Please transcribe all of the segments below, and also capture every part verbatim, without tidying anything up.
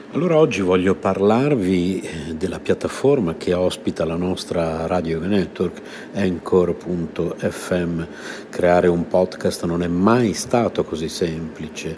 Allora oggi voglio parlarvi della piattaforma che ospita la nostra radio network, Anchor punto effe emme. Creare un podcast non è mai stato così semplice.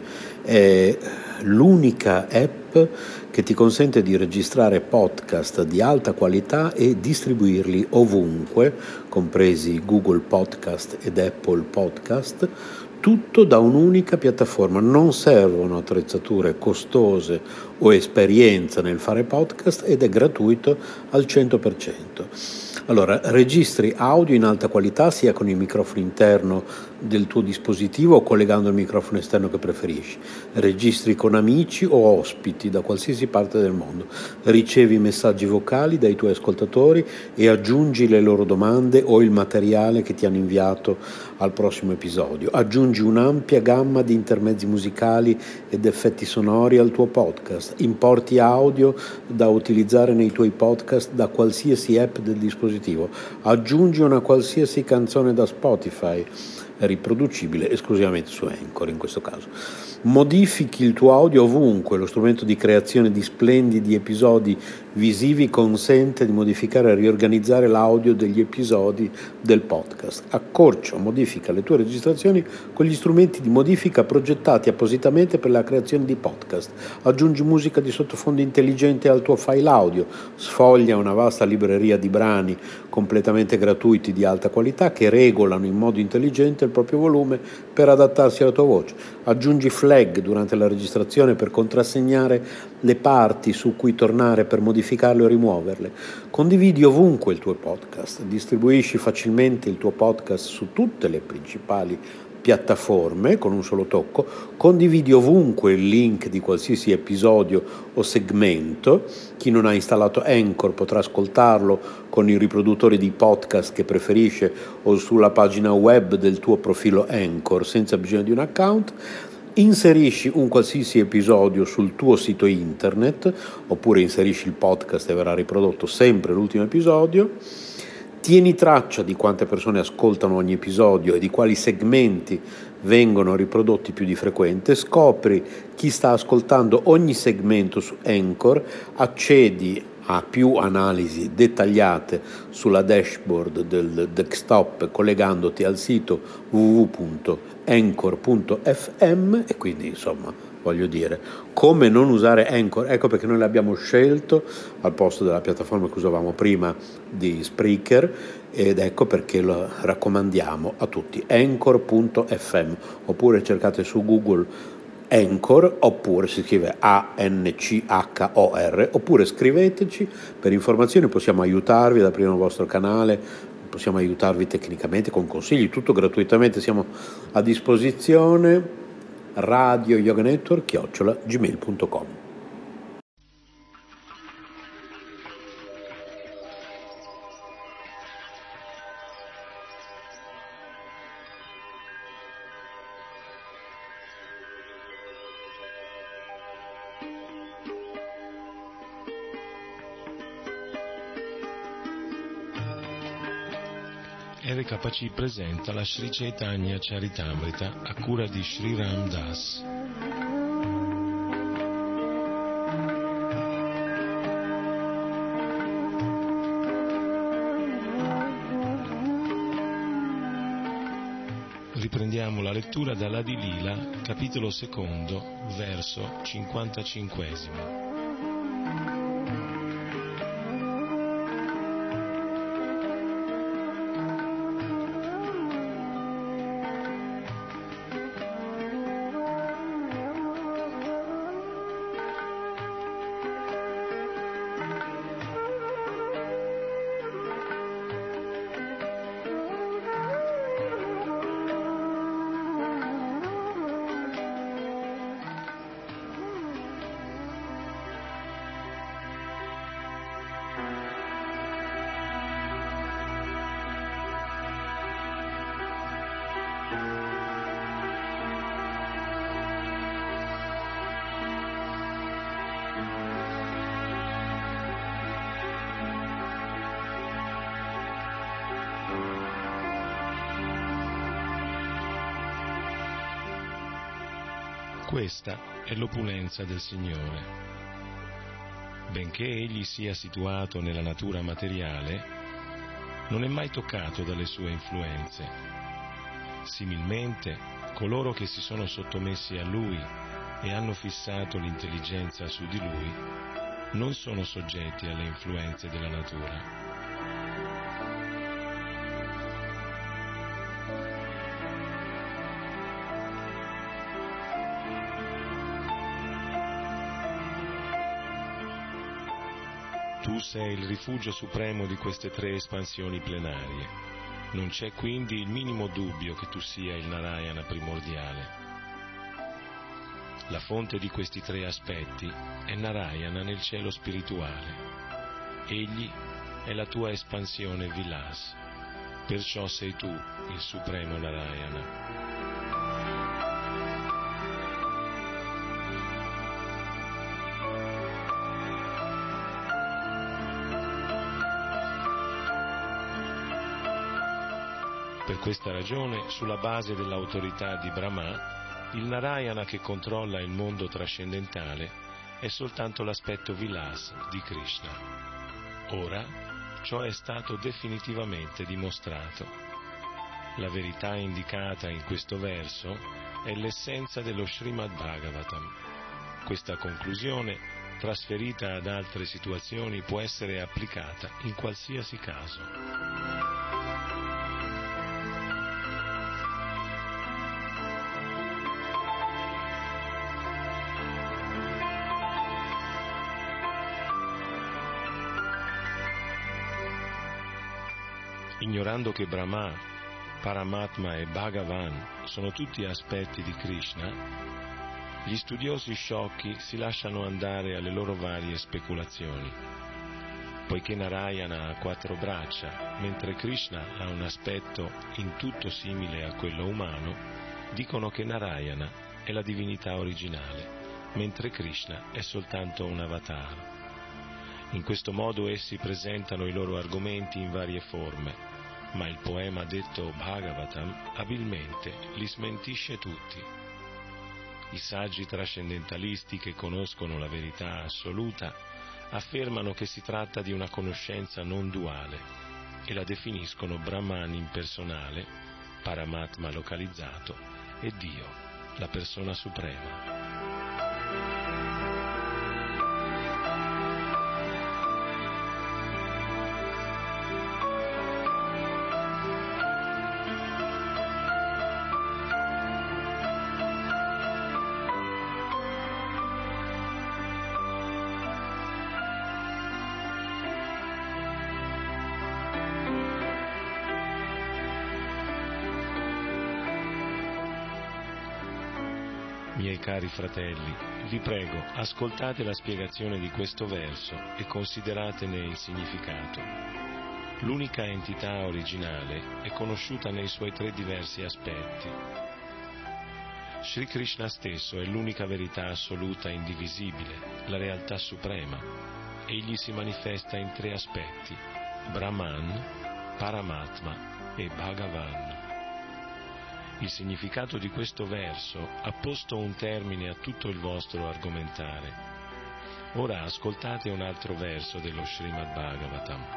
È l'unica app che ti consente di registrare podcast di alta qualità e distribuirli ovunque, compresi Google Podcast ed Apple Podcast, tutto da un'unica piattaforma. Non servono attrezzature costose o esperienza nel fare podcast ed è gratuito al cento per cento. Allora, registri audio in alta qualità sia con il microfono interno del tuo dispositivo o collegando il microfono esterno che preferisci. Registri con amici o ospiti da qualsiasi parte del mondo. Ricevi messaggi vocali dai tuoi ascoltatori e aggiungi le loro domande o il materiale che ti hanno inviato al prossimo episodio. Aggiungi un'ampia gamma di intermezzi musicali ed effetti sonori al tuo podcast. Importi audio da utilizzare nei tuoi podcast da qualsiasi app del dispositivo. Aggiungi una qualsiasi canzone da Spotify, riproducibile esclusivamente su Anchor in questo caso. Modifichi il tuo audio ovunque. Lo strumento di creazione di splendidi episodi visivi consente di modificare e riorganizzare l'audio degli episodi del podcast. Accorcia o modifica le tue registrazioni con gli strumenti di modifica progettati appositamente per la creazione di podcast. Aggiungi musica di sottofondo intelligente al tuo file audio. Sfoglia una vasta libreria di brani completamente gratuiti di alta qualità che regolano in modo intelligente il proprio volume per adattarsi alla tua voce. Aggiungi flag durante la registrazione per contrassegnare le parti su cui tornare per modificarle o rimuoverle. Condividi ovunque il tuo podcast, distribuisci facilmente il tuo podcast su tutte le principali piattaforme con un solo tocco, condividi ovunque il link di qualsiasi episodio o segmento. Chi non ha installato Anchor potrà ascoltarlo con i riproduttori di podcast che preferisce o sulla pagina web del tuo profilo Anchor senza bisogno di un account. Inserisci un qualsiasi episodio sul tuo sito internet oppure inserisci il podcast e verrà riprodotto sempre l'ultimo episodio. Tieni traccia di quante persone ascoltano ogni episodio e di quali segmenti vengono riprodotti più di frequente. Scopri chi sta ascoltando ogni segmento su Anchor, accedi a più analisi dettagliate sulla dashboard del desktop collegandoti al sito w w w punto anchor punto effe emme e quindi insomma voglio dire come non usare Anchor. Ecco perché noi l'abbiamo scelto al posto della piattaforma che usavamo prima di Spreaker ed ecco perché lo raccomandiamo a tutti. Anchor punto effe emme oppure cercate su Google Anchor oppure si scrive A N C H O R oppure scriveteci per informazioni, possiamo aiutarvi ad aprire un vostro canale, possiamo aiutarvi tecnicamente con consigli, tutto gratuitamente, siamo a disposizione. Radio Yoga Network chiocciola gmail punto com. R K C presenta la Sri Chaitanya Charitamrita a cura di Sri Ram Das. Riprendiamo la lettura dall'Adi Lila, capitolo secondo, verso cinquantacinquesimo. Questa è l'opulenza del Signore. benché egli sia situato nella natura materiale, non è mai toccato dalle sue influenze. Similmente, coloro che si sono sottomessi a lui e hanno fissato l'intelligenza su di lui non sono soggetti alle influenze della natura. Tu sei il rifugio supremo di queste tre espansioni plenarie. Non c'è quindi il minimo dubbio che tu sia il Narayana primordiale. La fonte di questi tre aspetti è Narayana nel cielo spirituale. Egli è la tua espansione Vilas, perciò sei tu il supremo Narayana. Per questa ragione, sulla base dell'autorità di Brahma, il Narayana che controlla il mondo trascendentale è soltanto l'aspetto Vilas di Krishna. Ora, ciò è stato definitivamente dimostrato. La verità indicata in questo verso è l'essenza dello Srimad Bhagavatam. Questa conclusione, trasferita ad altre situazioni, può essere applicata in qualsiasi caso. Ignorando che Brahma, Paramatma e Bhagavan sono tutti aspetti di Krishna, gli studiosi sciocchi si lasciano andare alle loro varie speculazioni. Poiché Narayana ha quattro braccia, mentre Krishna ha un aspetto in tutto simile a quello umano, dicono che Narayana è la divinità originale, mentre Krishna è soltanto un avatar. In questo modo essi presentano i loro argomenti in varie forme, ma il poema detto Bhagavatam abilmente li smentisce tutti. I saggi trascendentalisti che conoscono la verità assoluta affermano che si tratta di una conoscenza non duale e la definiscono Brahman impersonale, Paramatma localizzato e Dio, la persona suprema. Miei cari fratelli, vi prego, ascoltate la spiegazione di questo verso e consideratene il significato. L'unica entità originale è conosciuta nei suoi tre diversi aspetti. Sri Krishna stesso è l'unica verità assoluta e indivisibile, la realtà suprema. Egli si manifesta in tre aspetti: Brahman, Paramatma e Bhagavan. Il significato di questo verso ha posto un termine a tutto il vostro argomentare. Ora ascoltate un altro verso dello Srimad Bhagavatam.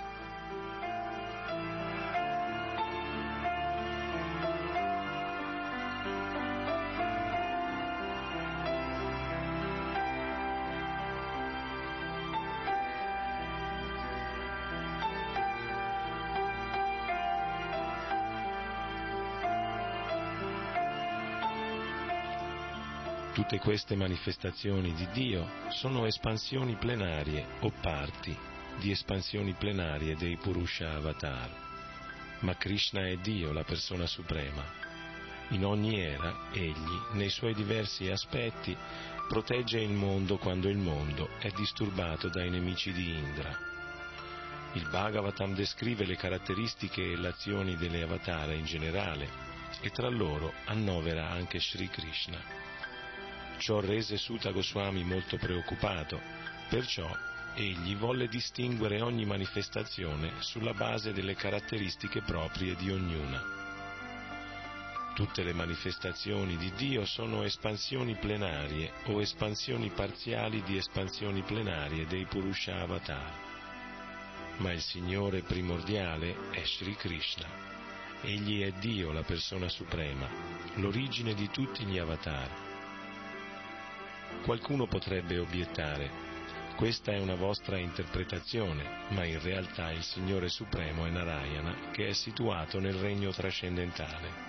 Tutte queste manifestazioni di Dio sono espansioni plenarie o parti di espansioni plenarie dei Purusha Avatar. Ma Krishna è Dio, la persona suprema. In ogni era, egli, nei suoi diversi aspetti, protegge il mondo quando il mondo è disturbato dai nemici di Indra. Il Bhagavatam descrive le caratteristiche e le azioni delle Avatara in generale e tra loro annovera anche Sri Krishna. Ciò rese Suta Goswami molto preoccupato, perciò egli volle distinguere ogni manifestazione sulla base delle caratteristiche proprie di ognuna. Tutte le manifestazioni di Dio sono espansioni plenarie o espansioni parziali di espansioni plenarie dei Purusha Avatar. Ma il Signore primordiale è Sri Krishna. Egli è Dio, la persona suprema, l'origine di tutti gli Avatar. Qualcuno potrebbe obiettare: questa è una vostra interpretazione, ma in realtà il Signore Supremo è Narayana, che è situato nel regno trascendentale.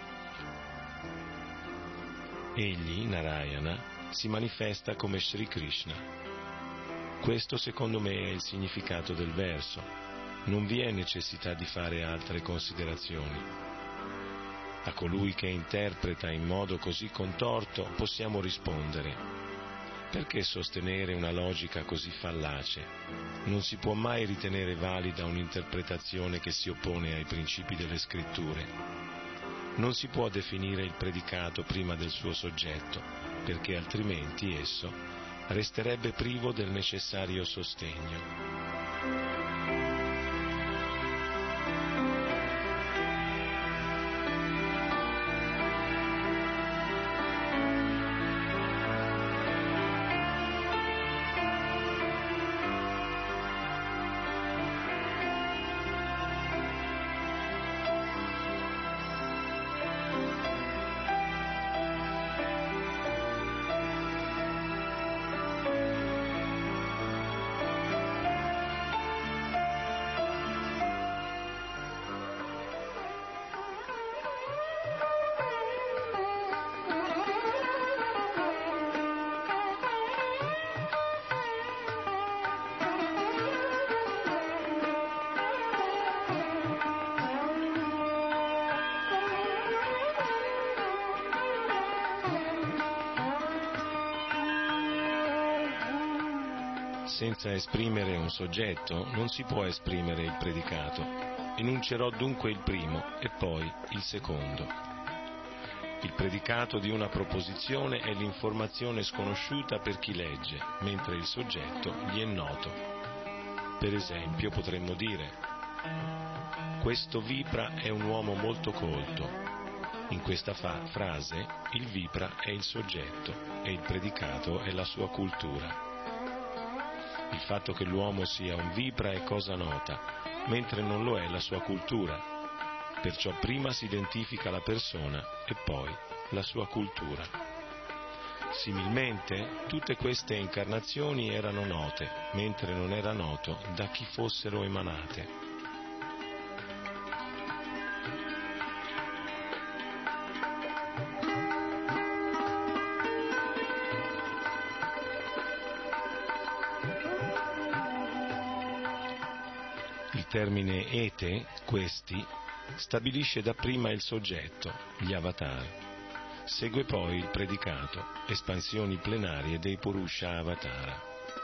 Egli, Narayana, si manifesta come Sri Krishna. Questo secondo me è il significato del verso. Non vi è necessità di fare altre considerazioni. A colui che interpreta in modo così contorto possiamo rispondere: perché sostenere una logica così fallace? Non si può mai ritenere valida un'interpretazione che si oppone ai principi delle scritture. Non si può definire il predicato prima del suo soggetto, perché altrimenti esso resterebbe privo del necessario sostegno. Senza esprimere un soggetto non si può esprimere il predicato. Enuncerò dunque il primo e poi il secondo. Il predicato di una proposizione è l'informazione sconosciuta per chi legge, mentre il soggetto gli è noto. Per esempio potremmo dire: questo Vipra è un uomo molto colto. In questa fa- frase il Vipra è il soggetto e il predicato è la sua cultura. Il fatto che l'uomo sia un Vipra è cosa nota, mentre non lo è la sua cultura. Perciò prima si identifica la persona e poi la sua cultura. Similmente, tutte queste incarnazioni erano note, mentre non era noto da chi fossero emanate. Il termine ete, questi, stabilisce dapprima il soggetto, gli avatar. Segue poi il predicato, espansioni plenarie dei Purusha Avatara.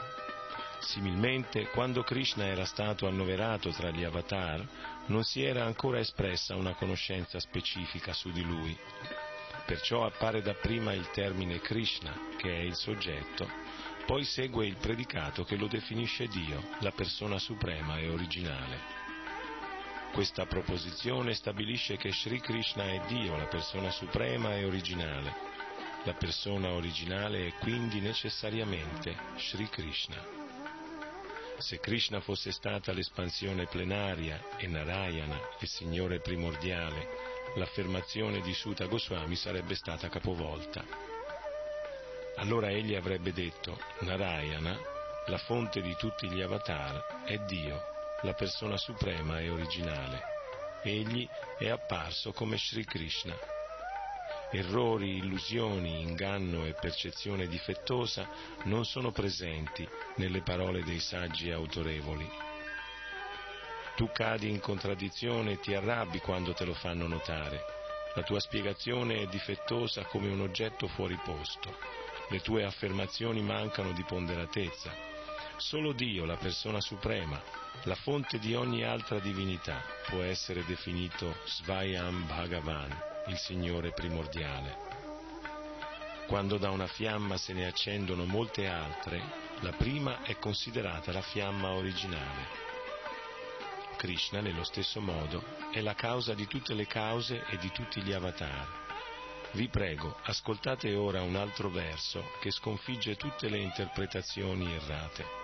Similmente, quando Krishna era stato annoverato tra gli avatar, non si era ancora espressa una conoscenza specifica su di lui. Perciò appare dapprima il termine Krishna, che è il soggetto, poi segue il predicato che lo definisce Dio, la persona suprema e originale. Questa proposizione stabilisce che Sri Krishna è Dio, la persona suprema e originale. La persona originale è quindi necessariamente Sri Krishna. Se Krishna fosse stata l'espansione plenaria e Narayana, il Signore primordiale, l'affermazione di Suta Goswami sarebbe stata capovolta. Allora egli avrebbe detto: Narayana, la fonte di tutti gli avatar, è Dio, la persona suprema e originale. Egli è apparso come Sri Krishna. Errori, illusioni, inganno e percezione difettosa non sono presenti nelle parole dei saggi autorevoli. Tu cadi in contraddizione e ti arrabbi quando te lo fanno notare. La tua spiegazione è difettosa come un oggetto fuori posto. Le tue affermazioni mancano di ponderatezza. Solo Dio, la persona suprema, la fonte di ogni altra divinità, può essere definito Svayam Bhagavan, il Signore primordiale. Quando da una fiamma se ne accendono molte altre, la prima è considerata la fiamma originale. Krishna, nello stesso modo, è la causa di tutte le cause e di tutti gli avatar. Vi prego, ascoltate ora un altro verso che sconfigge tutte le interpretazioni errate.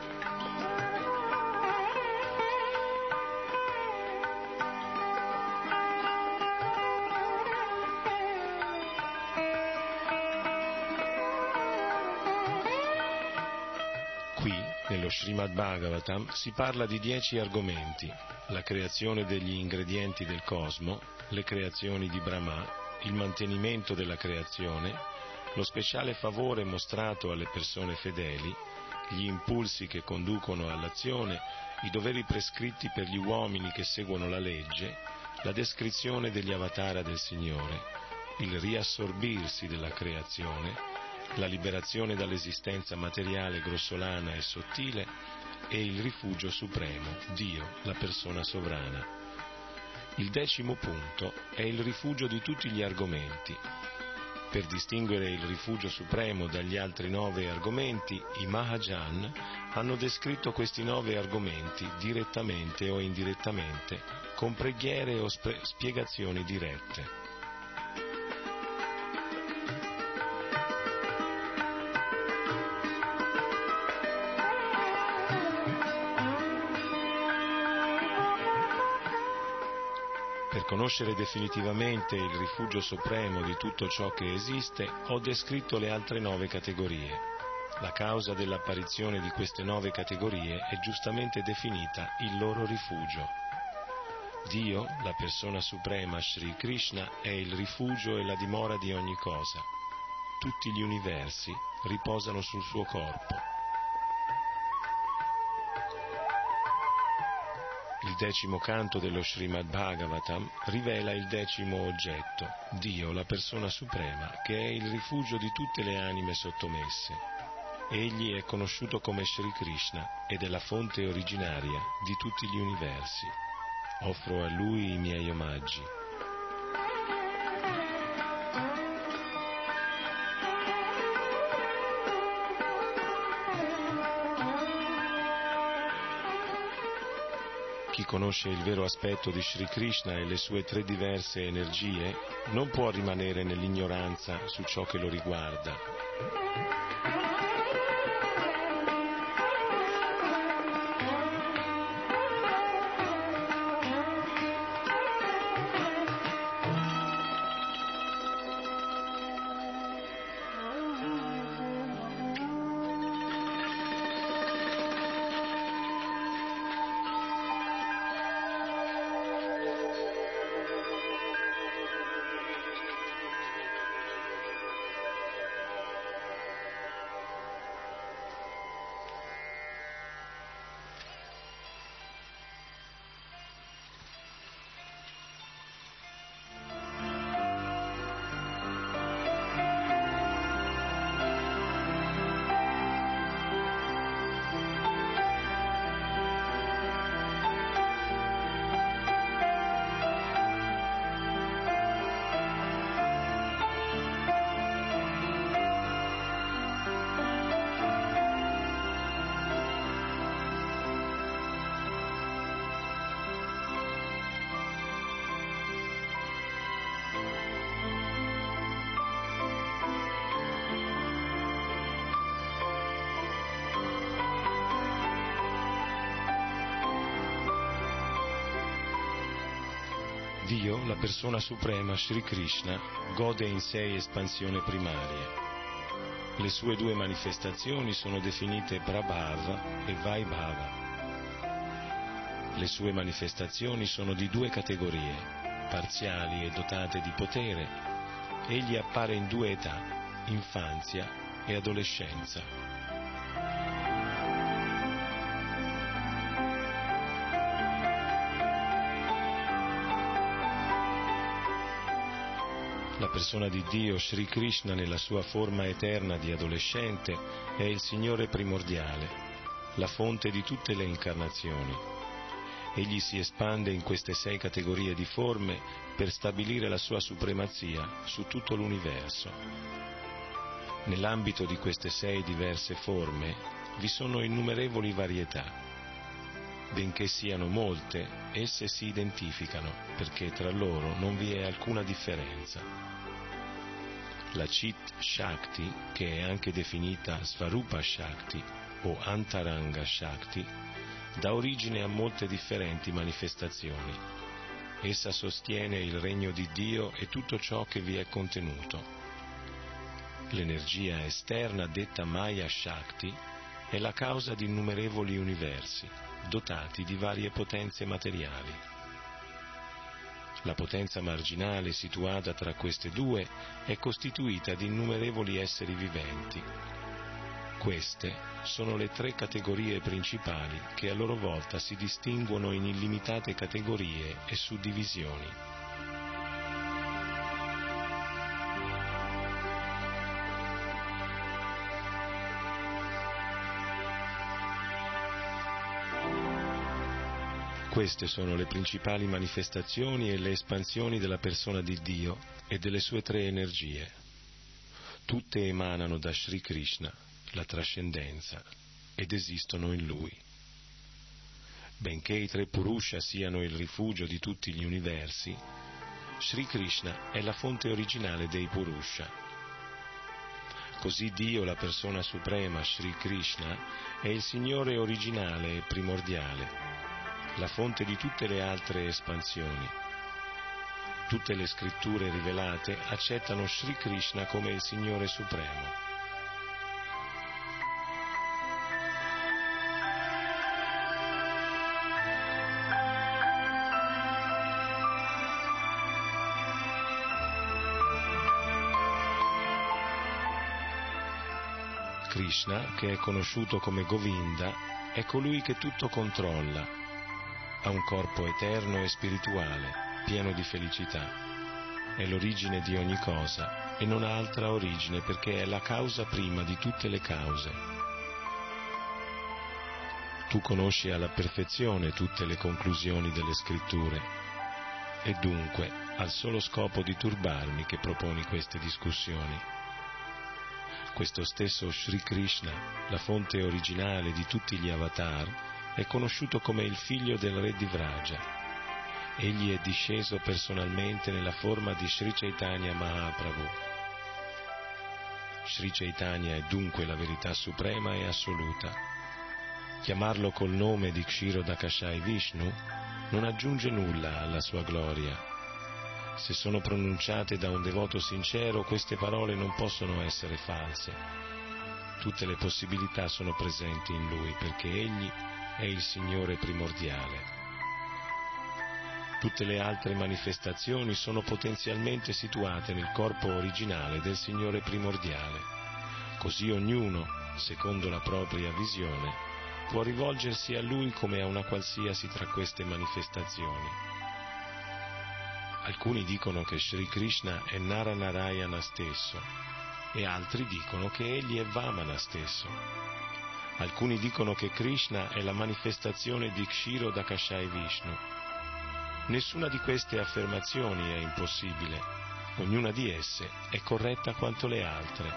Nello Srimad Bhagavatam si parla di dieci argomenti: la creazione degli ingredienti del cosmo, le creazioni di Brahma, il mantenimento della creazione, lo speciale favore mostrato alle persone fedeli, gli impulsi che conducono all'azione, i doveri prescritti per gli uomini che seguono la legge, la descrizione degli avatara del Signore, il riassorbirsi della creazione, la liberazione dall'esistenza materiale grossolana e sottile e il rifugio supremo, Dio, la persona sovrana. Il decimo punto è il rifugio di tutti gli argomenti. Per distinguere il rifugio supremo dagli altri nove argomenti, i Mahajan hanno descritto questi nove argomenti direttamente o indirettamente, con preghiere o sp- spiegazioni dirette. Per conoscere definitivamente il rifugio supremo di tutto ciò che esiste, ho descritto le altre nove categorie. La causa dell'apparizione di queste nove categorie è giustamente definita il loro rifugio. Dio, la persona suprema Sri Krishna, è il rifugio e la dimora di ogni cosa. Tutti gli universi riposano sul suo corpo. Il decimo canto dello Srimad Bhagavatam rivela il decimo oggetto, Dio, la persona suprema, che è il rifugio di tutte le anime sottomesse. Egli è conosciuto come Sri Krishna ed è la fonte originaria di tutti gli universi. Offro a lui i miei omaggi. Chi conosce il vero aspetto di Sri Krishna e le sue tre diverse energie non può rimanere nell'ignoranza su ciò che lo riguarda. Dio, la persona suprema Sri Krishna, gode in sei espansioni primarie. Le sue due manifestazioni sono definite Prabhava e Vaibhava. Le sue manifestazioni sono di due categorie, parziali e dotate di potere. Egli appare in due età, infanzia e adolescenza. La persona di Dio, Sri Krishna, nella sua forma eterna di adolescente, è il Signore primordiale, la fonte di tutte le incarnazioni. Egli si espande in queste sei categorie di forme per stabilire la sua supremazia su tutto l'universo. Nell'ambito di queste sei diverse forme vi sono innumerevoli varietà. Benché siano molte, esse si identificano, perché tra loro non vi è alcuna differenza. La Chit Shakti, che è anche definita Svarupa Shakti o Antaranga Shakti, dà origine a molte differenti manifestazioni. Essa sostiene il regno di Dio e tutto ciò che vi è contenuto. L'energia esterna, detta Maya Shakti, è la causa di innumerevoli universi, dotati di varie potenze materiali. La potenza marginale situata tra queste due è costituita di innumerevoli esseri viventi. Queste sono le tre categorie principali che a loro volta si distinguono in illimitate categorie e suddivisioni. Queste sono le principali manifestazioni e le espansioni della persona di Dio e delle sue tre energie. Tutte emanano da Sri Krishna, la trascendenza, ed esistono in Lui. Benché i tre Purusha siano il rifugio di tutti gli universi, Sri Krishna è la fonte originale dei Purusha. Così Dio, la persona suprema, Sri Krishna, è il Signore originale e primordiale, la fonte di tutte le altre espansioni. Tutte le scritture rivelate accettano Sri Krishna come il Signore Supremo. Krishna, che è conosciuto come Govinda, è colui che tutto controlla. Ha un corpo eterno e spirituale, pieno di felicità. È l'origine di ogni cosa e non ha altra origine perché è la causa prima di tutte le cause. Tu conosci alla perfezione tutte le conclusioni delle scritture e dunque al solo scopo di turbarmi che proponi queste discussioni. Questo stesso Sri Krishna, la fonte originale di tutti gli avatar, è conosciuto come il figlio del re di Vraja. Egli è disceso personalmente nella forma di Sri Chaitanya Mahaprabhu. Sri Chaitanya è dunque la verità suprema e assoluta. Chiamarlo col nome di Kshirodakashai Vishnu non aggiunge nulla alla sua gloria. Se sono pronunciate da un devoto sincero, queste parole non possono essere false. Tutte le possibilità sono presenti in lui perché egli è il Signore primordiale. Tutte le altre manifestazioni sono potenzialmente situate nel corpo originale del Signore primordiale. Così ognuno, secondo la propria visione, può rivolgersi a Lui come a una qualsiasi tra queste manifestazioni. Alcuni dicono che Sri Krishna è Naranarayana stesso e altri dicono che egli è Vamana stesso. Alcuni dicono che Krishna è la manifestazione di Kshirodakashai Vishnu. Nessuna di queste affermazioni è impossibile, ognuna di esse è corretta quanto le altre.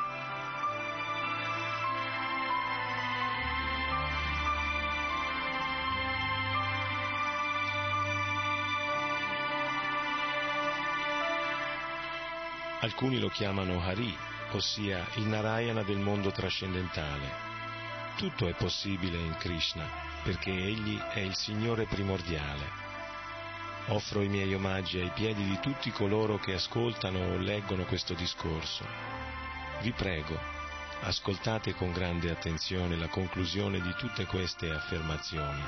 Alcuni lo chiamano Hari, ossia il Narayana del mondo trascendentale. Tutto è possibile in Krishna, perché Egli è il Signore primordiale. Offro i miei omaggi ai piedi di tutti coloro che ascoltano o leggono questo discorso. Vi prego, ascoltate con grande attenzione la conclusione di tutte queste affermazioni.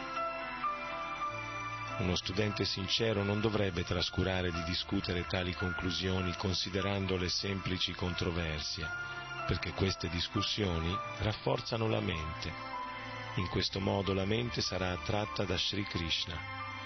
Uno studente sincero non dovrebbe trascurare di discutere tali conclusioni considerandole semplici controversie, perché queste discussioni rafforzano la mente. In questo modo la mente sarà attratta da Sri Krishna.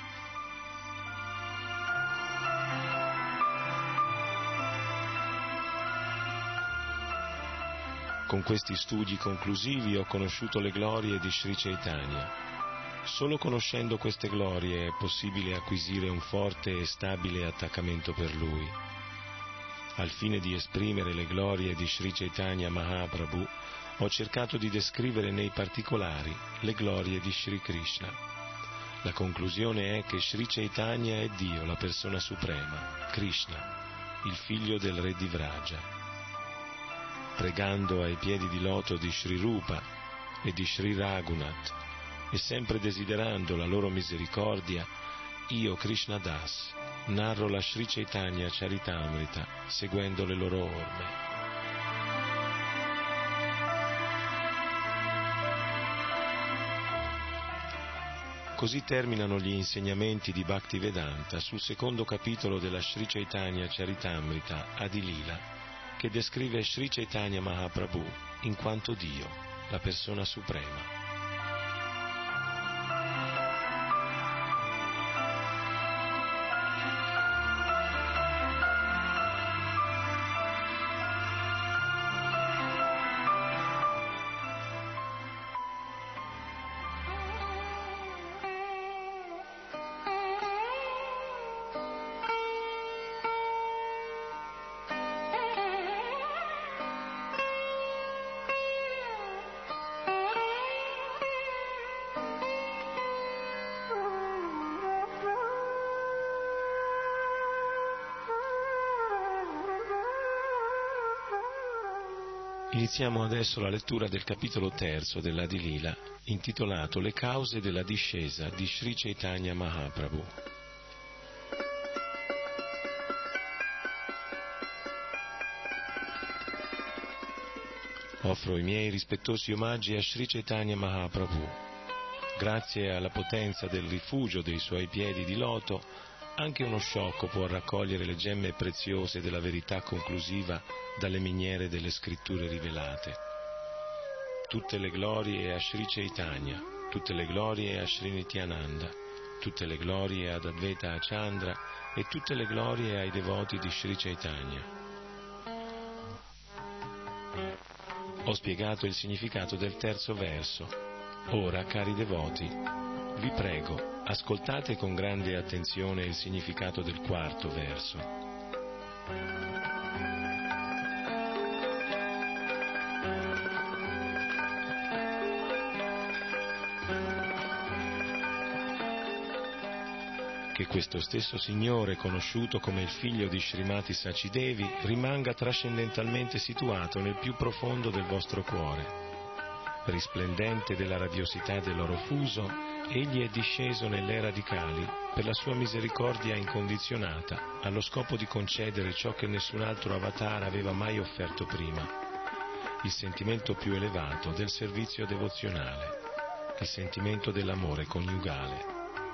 Con questi studi conclusivi ho conosciuto le glorie di Sri Chaitanya. Solo conoscendo queste glorie è possibile acquisire un forte e stabile attaccamento per Lui. Al fine di esprimere le glorie di Sri Chaitanya Mahaprabhu, ho cercato di descrivere nei particolari le glorie di Sri Krishna. La conclusione è che Sri Chaitanya è Dio, la persona suprema, Krishna, il figlio del re di Vraja. Pregando ai piedi di loto di Sri Rupa e di Sri Raghunath e sempre desiderando la loro misericordia, io, Krishna Das, narro la Sri Chaitanya Charitamrita seguendo le loro orme. Così terminano gli insegnamenti di Bhaktivedanta sul secondo capitolo della Sri Chaitanya Charitamrita Adilila, che descrive Sri Chaitanya Mahaprabhu in quanto Dio, la persona suprema. Iniziamo adesso la lettura del capitolo terzo dell'Adilila, intitolato Le cause della discesa di Sri Chaitanya Mahaprabhu. Offro i miei rispettosi omaggi a Sri Chaitanya Mahaprabhu. Grazie alla potenza del rifugio dei suoi piedi di loto, anche uno sciocco può raccogliere le gemme preziose della verità conclusiva dalle miniere delle scritture rivelate. Tutte le glorie a Sri Chaitanya, tutte le glorie a Sri Nityananda, tutte le glorie ad Advaita Achandra e tutte le glorie ai devoti di Sri Chaitanya. Ho spiegato il significato del terzo verso. Ora, cari devoti, vi prego, ascoltate con grande attenzione il significato del quarto verso. Che questo stesso Signore, conosciuto come il figlio di Srimati Sacidevi, rimanga trascendentalmente situato nel più profondo del vostro cuore. Risplendente della radiosità dell'oro fuso, egli è disceso nell'era di Kali per la sua misericordia incondizionata, allo scopo di concedere ciò che nessun altro avatar aveva mai offerto prima, il sentimento più elevato del servizio devozionale, il sentimento dell'amore coniugale.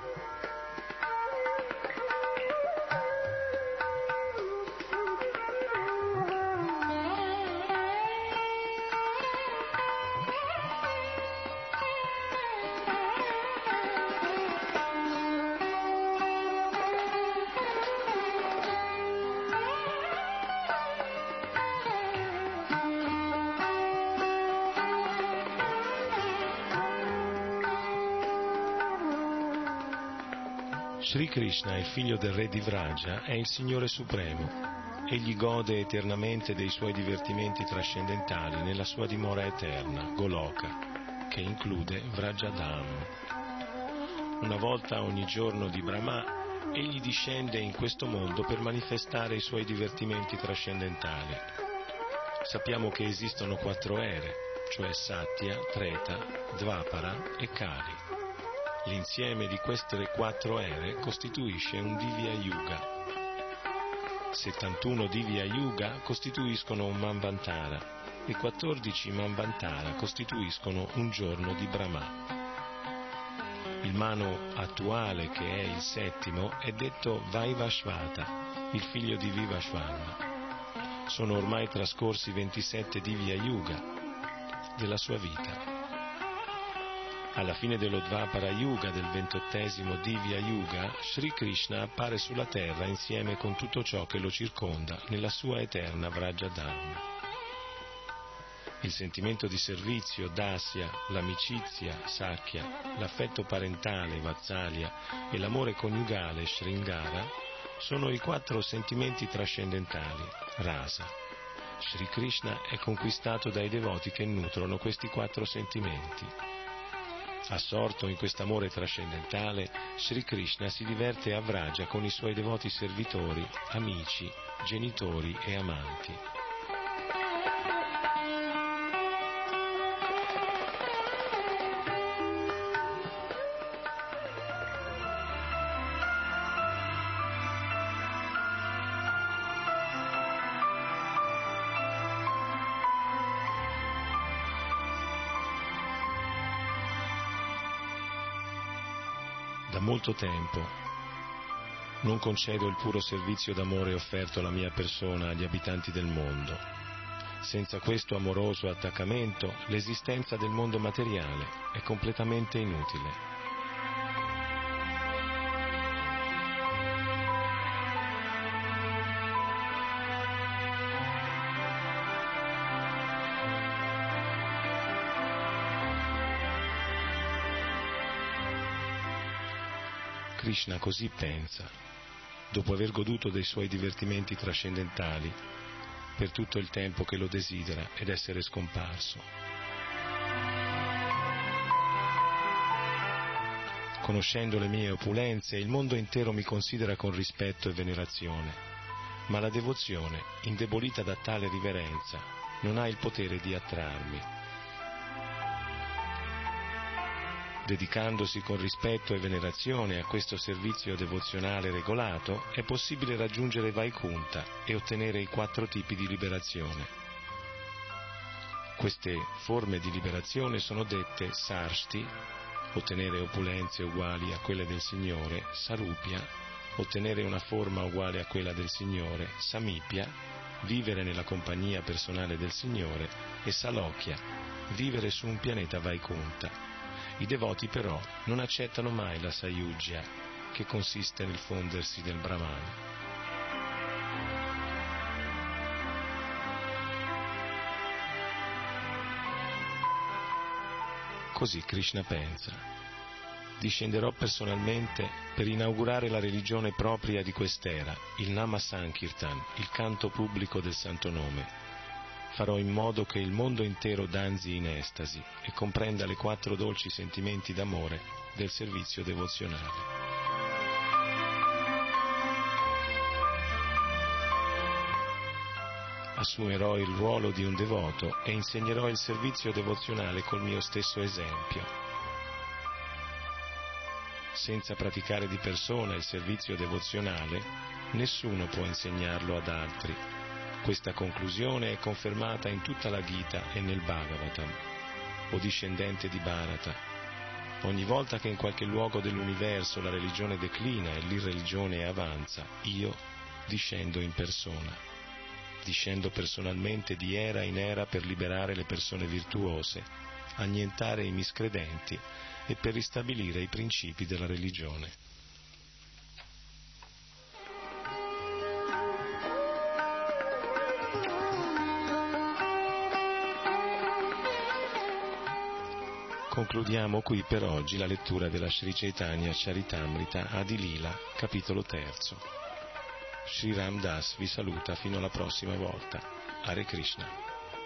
Sri Krishna, il figlio del re di Vraja, è il Signore Supremo. Egli gode eternamente dei suoi divertimenti trascendentali nella sua dimora eterna, Goloka, che include Vrajadham. Una volta ogni giorno di Brahma, egli discende in questo mondo per manifestare i suoi divertimenti trascendentali. Sappiamo che esistono quattro ere, cioè Satya, Treta, Dvapara e Kali. L'insieme di queste quattro ere costituisce un Divya Yuga. settantuno Divya Yuga costituiscono un Manvantara e quattordici Manvantara costituiscono un giorno di Brahma. Il Manu attuale, che è il settimo, è detto Vaivashvata, il figlio di Vivashvana. Sono ormai trascorsi ventisette Divya Yuga della sua vita. Alla fine dello Dvapara Yuga, del ventottesimo Divya Yuga, Sri Krishna appare sulla terra insieme con tutto ciò che lo circonda nella sua eterna Vrajadham. Il sentimento di servizio, Dasya, l'amicizia, Sakhya, l'affetto parentale, Vatsalya, e l'amore coniugale, Sringara, sono i quattro sentimenti trascendentali, Rasa. Sri Krishna è conquistato dai devoti che nutrono questi quattro sentimenti. Assorto in quest'amore trascendentale, Sri Krishna si diverte a Vraja con i suoi devoti servitori, amici, genitori e amanti. Da molto tempo non concedo il puro servizio d'amore offerto alla mia persona agli abitanti del mondo. Senza questo amoroso attaccamento, l'esistenza del mondo materiale è completamente inutile. Krishna così pensa, dopo aver goduto dei suoi divertimenti trascendentali per tutto il tempo che lo desidera ed essere scomparso. Conoscendo le mie opulenze, il mondo intero mi considera con rispetto e venerazione, ma la devozione, indebolita da tale riverenza, non ha il potere di attrarmi. Dedicandosi con rispetto e venerazione a questo servizio devozionale regolato, è possibile raggiungere Vaikunta e ottenere i quattro tipi di liberazione. Queste forme di liberazione sono dette Sarshti, ottenere opulenze uguali a quelle del Signore, Sarupya, ottenere una forma uguale a quella del Signore, Samipya, vivere nella compagnia personale del Signore, e Salokya, vivere su un pianeta Vaikunta. I devoti però non accettano mai la Sayujya, che consiste nel fondersi del Brahman. Così Krishna pensa: discenderò personalmente per inaugurare la religione propria di quest'era, il Nama Sankirtan, il canto pubblico del Santo Nome. Farò in modo che il mondo intero danzi in estasi e comprenda le quattro dolci sentimenti d'amore del servizio devozionale. Assumerò il ruolo di un devoto e insegnerò il servizio devozionale col mio stesso esempio. Senza praticare di persona il servizio devozionale, nessuno può insegnarlo ad altri. Questa conclusione è confermata in tutta la Gita e nel Bhagavatam. O discendente di Bharata, ogni volta che in qualche luogo dell'universo la religione declina e l'irreligione avanza, io discendo in persona. Discendo personalmente di era in era per liberare le persone virtuose, annientare i miscredenti e per ristabilire i principi della religione. Concludiamo qui per oggi la lettura della Sri Chaitanya Charitamrita Adi Lila, capitolo terzo. Sri Ram Das vi saluta fino alla prossima volta. Hare Krishna.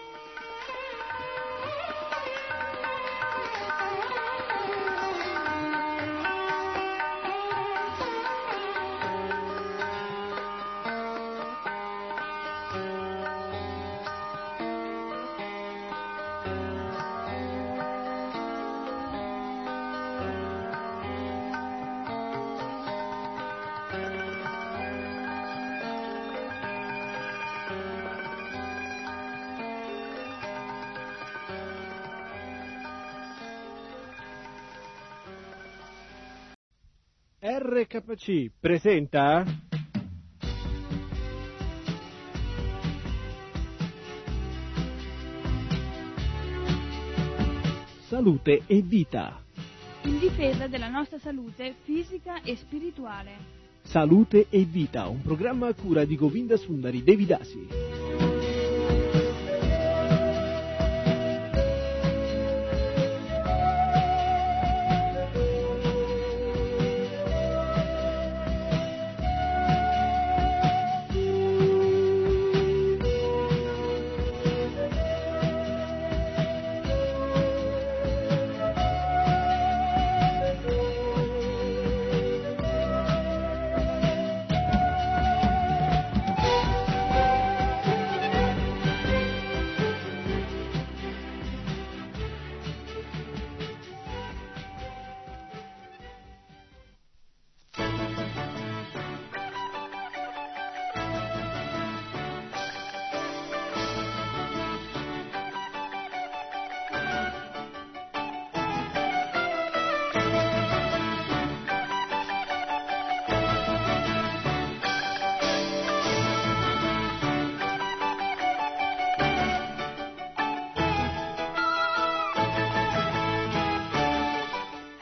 R K C presenta Salute e Vita. In difesa della nostra salute fisica e spirituale. Salute e Vita, un programma a cura di Govinda Sundari Devidasi.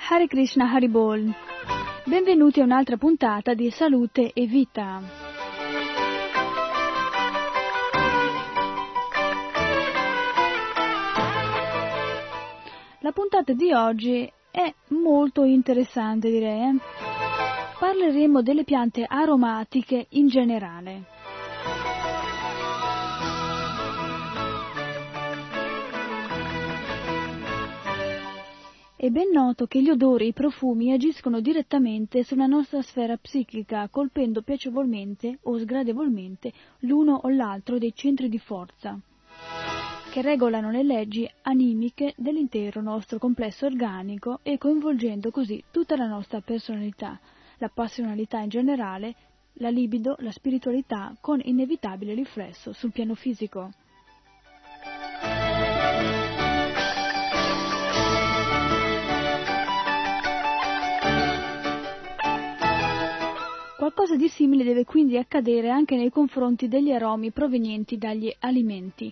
Hare Krishna Haribol. Benvenuti a un'altra puntata di Salute e Vita. La puntata di oggi è molto interessante, direi. Eh? Parleremo delle piante aromatiche in generale. È ben noto che gli odori e i profumi agiscono direttamente sulla nostra sfera psichica, colpendo piacevolmente o sgradevolmente l'uno o l'altro dei centri di forza, che regolano le leggi animiche dell'intero nostro complesso organico e coinvolgendo così tutta la nostra personalità, la passionalità in generale, la libido, la spiritualità, con inevitabile riflesso sul piano fisico. Qualcosa di simile deve quindi accadere anche nei confronti degli aromi provenienti dagli alimenti.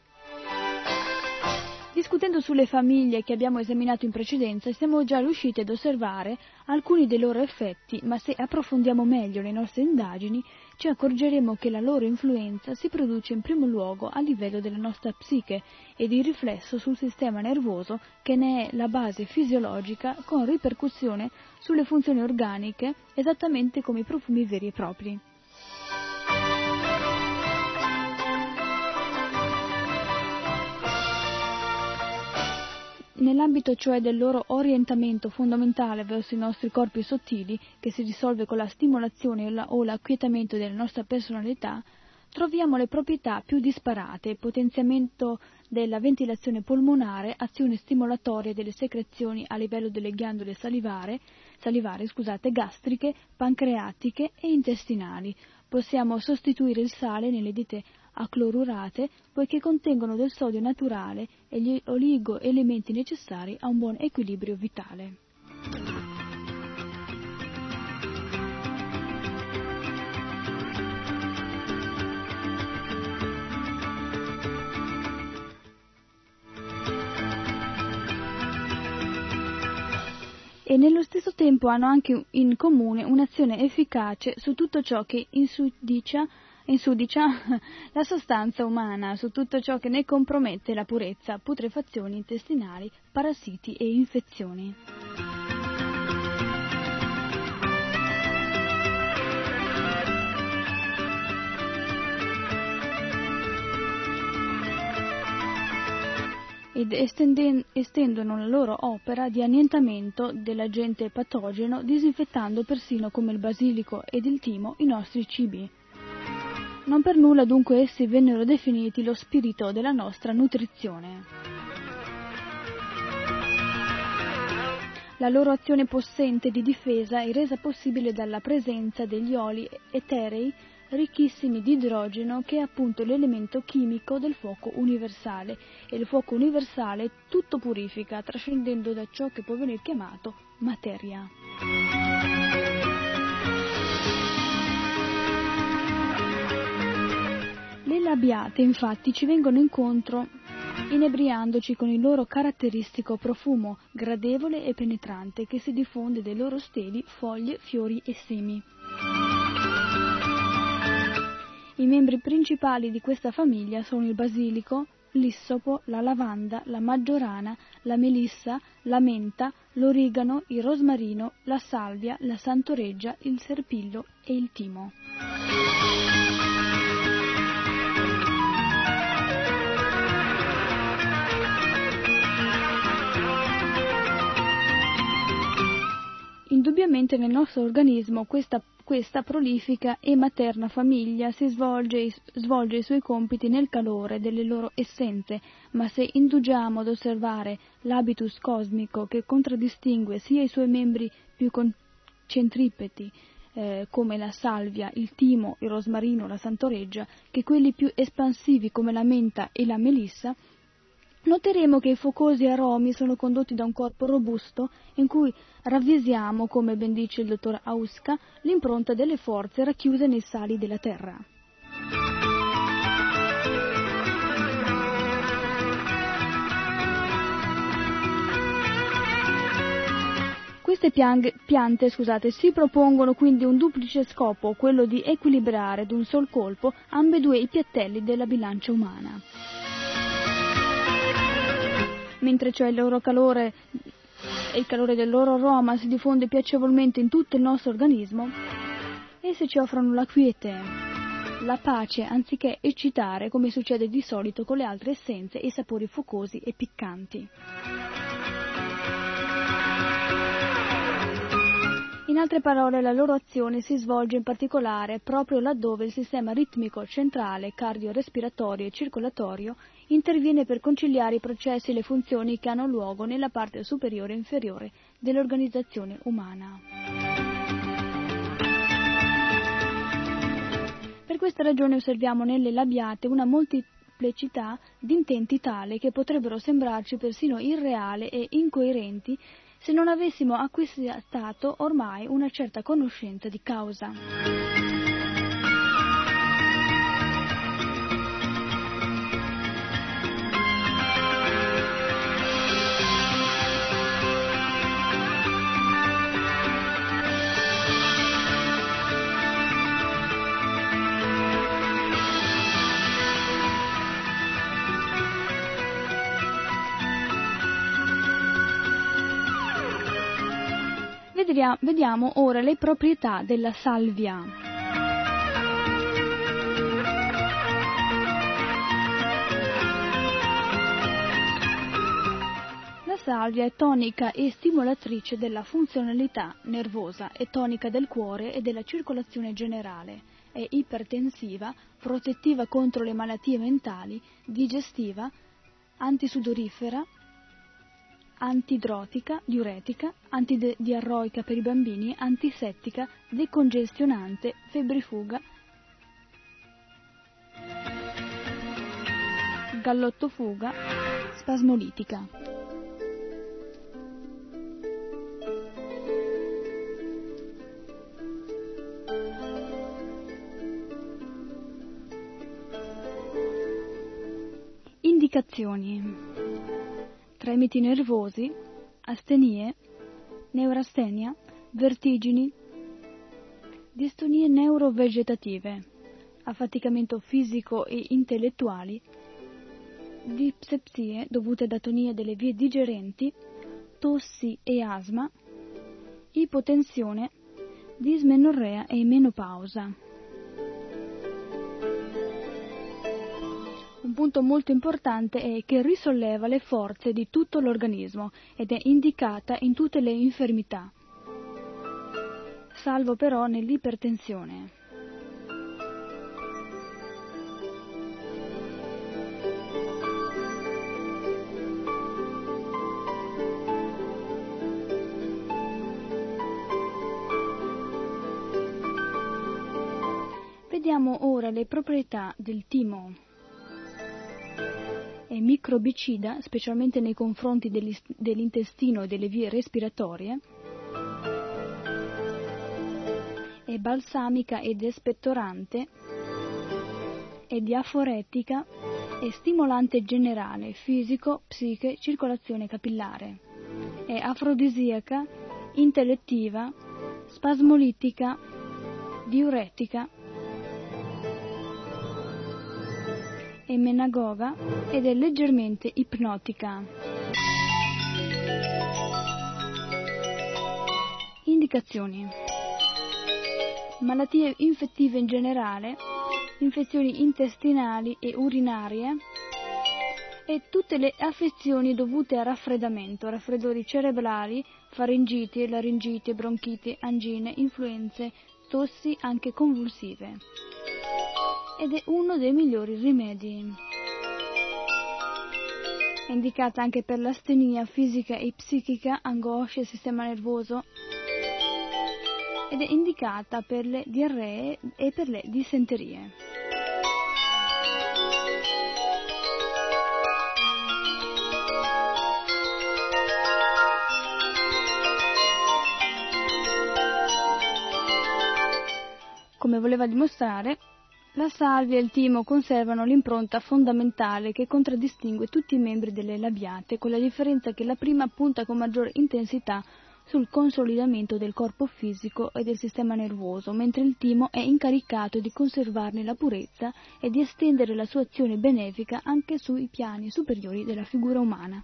Discutendo sulle famiglie che abbiamo esaminato in precedenza, siamo già riusciti ad osservare alcuni dei loro effetti, ma se approfondiamo meglio le nostre indagini, ci accorgeremo che la loro influenza si produce in primo luogo a livello della nostra psiche e di riflesso sul sistema nervoso che ne è la base fisiologica, con ripercussione sulle funzioni organiche, esattamente come i profumi veri e propri. Nell'ambito cioè del loro orientamento fondamentale verso i nostri corpi sottili, che si risolve con la stimolazione o l'acquietamento della nostra personalità, troviamo le proprietà più disparate: potenziamento della ventilazione polmonare, azione stimolatoria delle secrezioni a livello delle ghiandole salivare, salivare scusate, gastriche, pancreatiche e intestinali. Possiamo sostituire il sale nelle diete aclorurate, poiché contengono del sodio naturale e gli oligoelementi necessari a un buon equilibrio vitale. E nello stesso tempo hanno anche in comune un'azione efficace su tutto ciò che insudicia insudicia la sostanza umana, su tutto ciò che ne compromette la purezza, putrefazioni intestinali, parassiti e infezioni. Ed estendono la loro opera di annientamento dell'agente patogeno, disinfettando persino come il basilico ed il timo i nostri cibi. Non per nulla dunque essi vennero definiti lo spirito della nostra nutrizione. La loro azione possente di difesa è resa possibile dalla presenza degli oli eterei ricchissimi di idrogeno, che è appunto l'elemento chimico del fuoco universale, e il fuoco universale tutto purifica, trascendendo da ciò che può venir chiamato materia. Le labiate infatti ci vengono incontro inebriandoci con il loro caratteristico profumo gradevole e penetrante che si diffonde dai loro steli, foglie, fiori e semi. I membri principali di questa famiglia sono il basilico, l'issopo, la lavanda, la maggiorana, la melissa, la menta, l'origano, il rosmarino, la salvia, la santoreggia, il serpillo e il timo. Indubbiamente nel nostro organismo questa, questa prolifica e materna famiglia si svolge, svolge i suoi compiti nel calore delle loro essenze, ma se indugiamo ad osservare l'habitus cosmico che contraddistingue sia i suoi membri più centripeti, eh, come la salvia, il timo, il rosmarino, la santoreggia, che quelli più espansivi come la menta e la melissa, noteremo che i focosi aromi sono condotti da un corpo robusto in cui ravvisiamo, come ben dice il dottor Auska, l'impronta delle forze racchiuse nei sali della terra. Queste piang- piante scusate, si propongono quindi un duplice scopo, quello di equilibrare d'un sol colpo ambedue i piattelli della bilancia umana. Mentre cioè il loro calore e il calore del loro aroma si diffonde piacevolmente in tutto il nostro organismo, esse ci offrono la quiete, la pace, anziché eccitare come succede di solito con le altre essenze e sapori focosi e piccanti. In altre parole, la loro azione si svolge in particolare proprio laddove il sistema ritmico centrale, cardiorespiratorio e circolatorio interviene per conciliare i processi e le funzioni che hanno luogo nella parte superiore e inferiore dell'organizzazione umana. Per questa ragione osserviamo nelle labiate una molteplicità di intenti tale che potrebbero sembrarci persino irreali e incoerenti se non avessimo acquistato ormai una certa conoscenza di causa. Vediamo ora le proprietà della salvia. La salvia è tonica e stimolatrice della funzionalità nervosa, è tonica del cuore e della circolazione generale, è ipertensiva, protettiva contro le malattie mentali, digestiva, antisudorifera, antidrotica, diuretica, antidiarroica per i bambini, antisettica, decongestionante, febbrifuga, gallottofuga, spasmolitica. Indicazioni: tremiti nervosi, astenie, neurastenia, vertigini, distonie neurovegetative, affaticamento fisico e intellettuali, dispepsie dovute ad atonia delle vie digerenti, tossi e asma, ipotensione, dismenorrea e menopausa. Un punto molto importante è che risolleva le forze di tutto l'organismo ed è indicata in tutte le infermità, salvo però nell'ipertensione. Vediamo ora le proprietà del timo. È microbicida, specialmente nei confronti dell'intestino e delle vie respiratorie. È balsamica ed espettorante. È diaforetica. È stimolante generale, fisico, psiche, circolazione capillare. È afrodisiaca, intellettiva, spasmolitica, diuretica. È menagoga ed è leggermente ipnotica. Indicazioni: malattie infettive in generale, infezioni intestinali e urinarie e tutte le affezioni dovute a raffreddamento, raffreddori cerebrali, faringiti, laringiti, bronchiti, angine, influenze, tossi anche convulsive. Ed è uno dei migliori rimedi. È indicata anche per l'astenia fisica e psichica, angosce, sistema nervoso, ed è indicata per le diarree e per le dissenterie. Come voleva dimostrare, la salvia e il timo conservano l'impronta fondamentale che contraddistingue tutti i membri delle labiate, con la differenza che la prima punta con maggiore intensità sul consolidamento del corpo fisico e del sistema nervoso, mentre il timo è incaricato di conservarne la purezza e di estendere la sua azione benefica anche sui piani superiori della figura umana.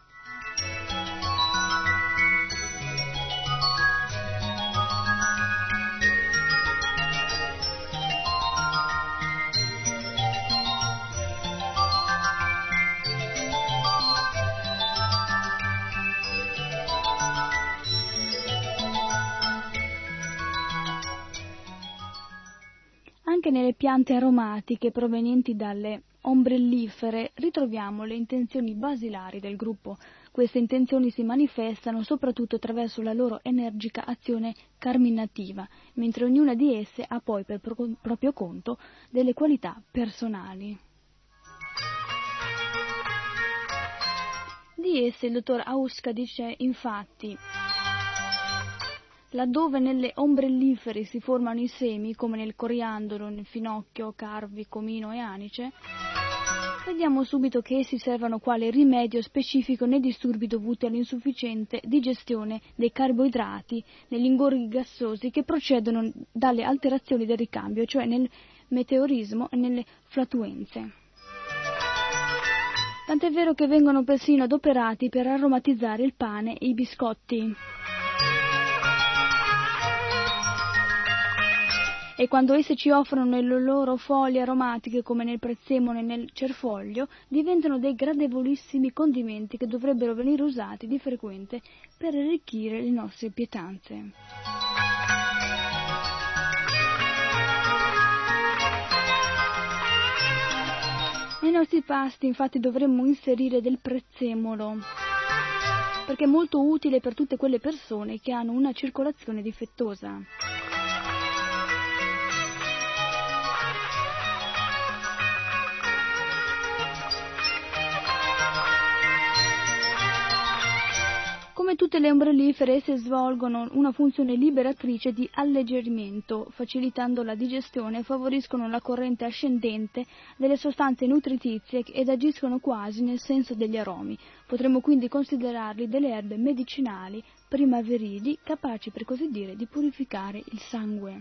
Anche nelle piante aromatiche provenienti dalle ombrellifere ritroviamo le intenzioni basilari del gruppo. Queste intenzioni si manifestano soprattutto attraverso la loro energica azione carminativa, mentre ognuna di esse ha poi per pro- proprio conto delle qualità personali. Di esse il dottor Auska dice infatti: laddove nelle ombrellifere si formano i semi, come nel coriandolo, nel finocchio, carvi, comino e anice, vediamo subito che essi servono quale rimedio specifico nei disturbi dovuti all'insufficiente digestione dei carboidrati negli ingorghi gassosi che procedono dalle alterazioni del ricambio, cioè nel meteorismo e nelle flatulenze. Tant'è vero che vengono persino adoperati per aromatizzare il pane e i biscotti. E quando esse ci offrono le loro foglie aromatiche, come nel prezzemolo e nel cerfoglio, diventano dei gradevolissimi condimenti che dovrebbero venire usati di frequente per arricchire le nostre pietanze. Nei nostri pasti, infatti, dovremmo inserire del prezzemolo, perché è molto utile per tutte quelle persone che hanno una circolazione difettosa. Come tutte le ombrellifere, esse svolgono una funzione liberatrice di alleggerimento, facilitando la digestione e favoriscono la corrente ascendente delle sostanze nutritizie ed agiscono quasi nel senso degli aromi. Potremmo quindi considerarli delle erbe medicinali primaverili, capaci per così dire di purificare il sangue.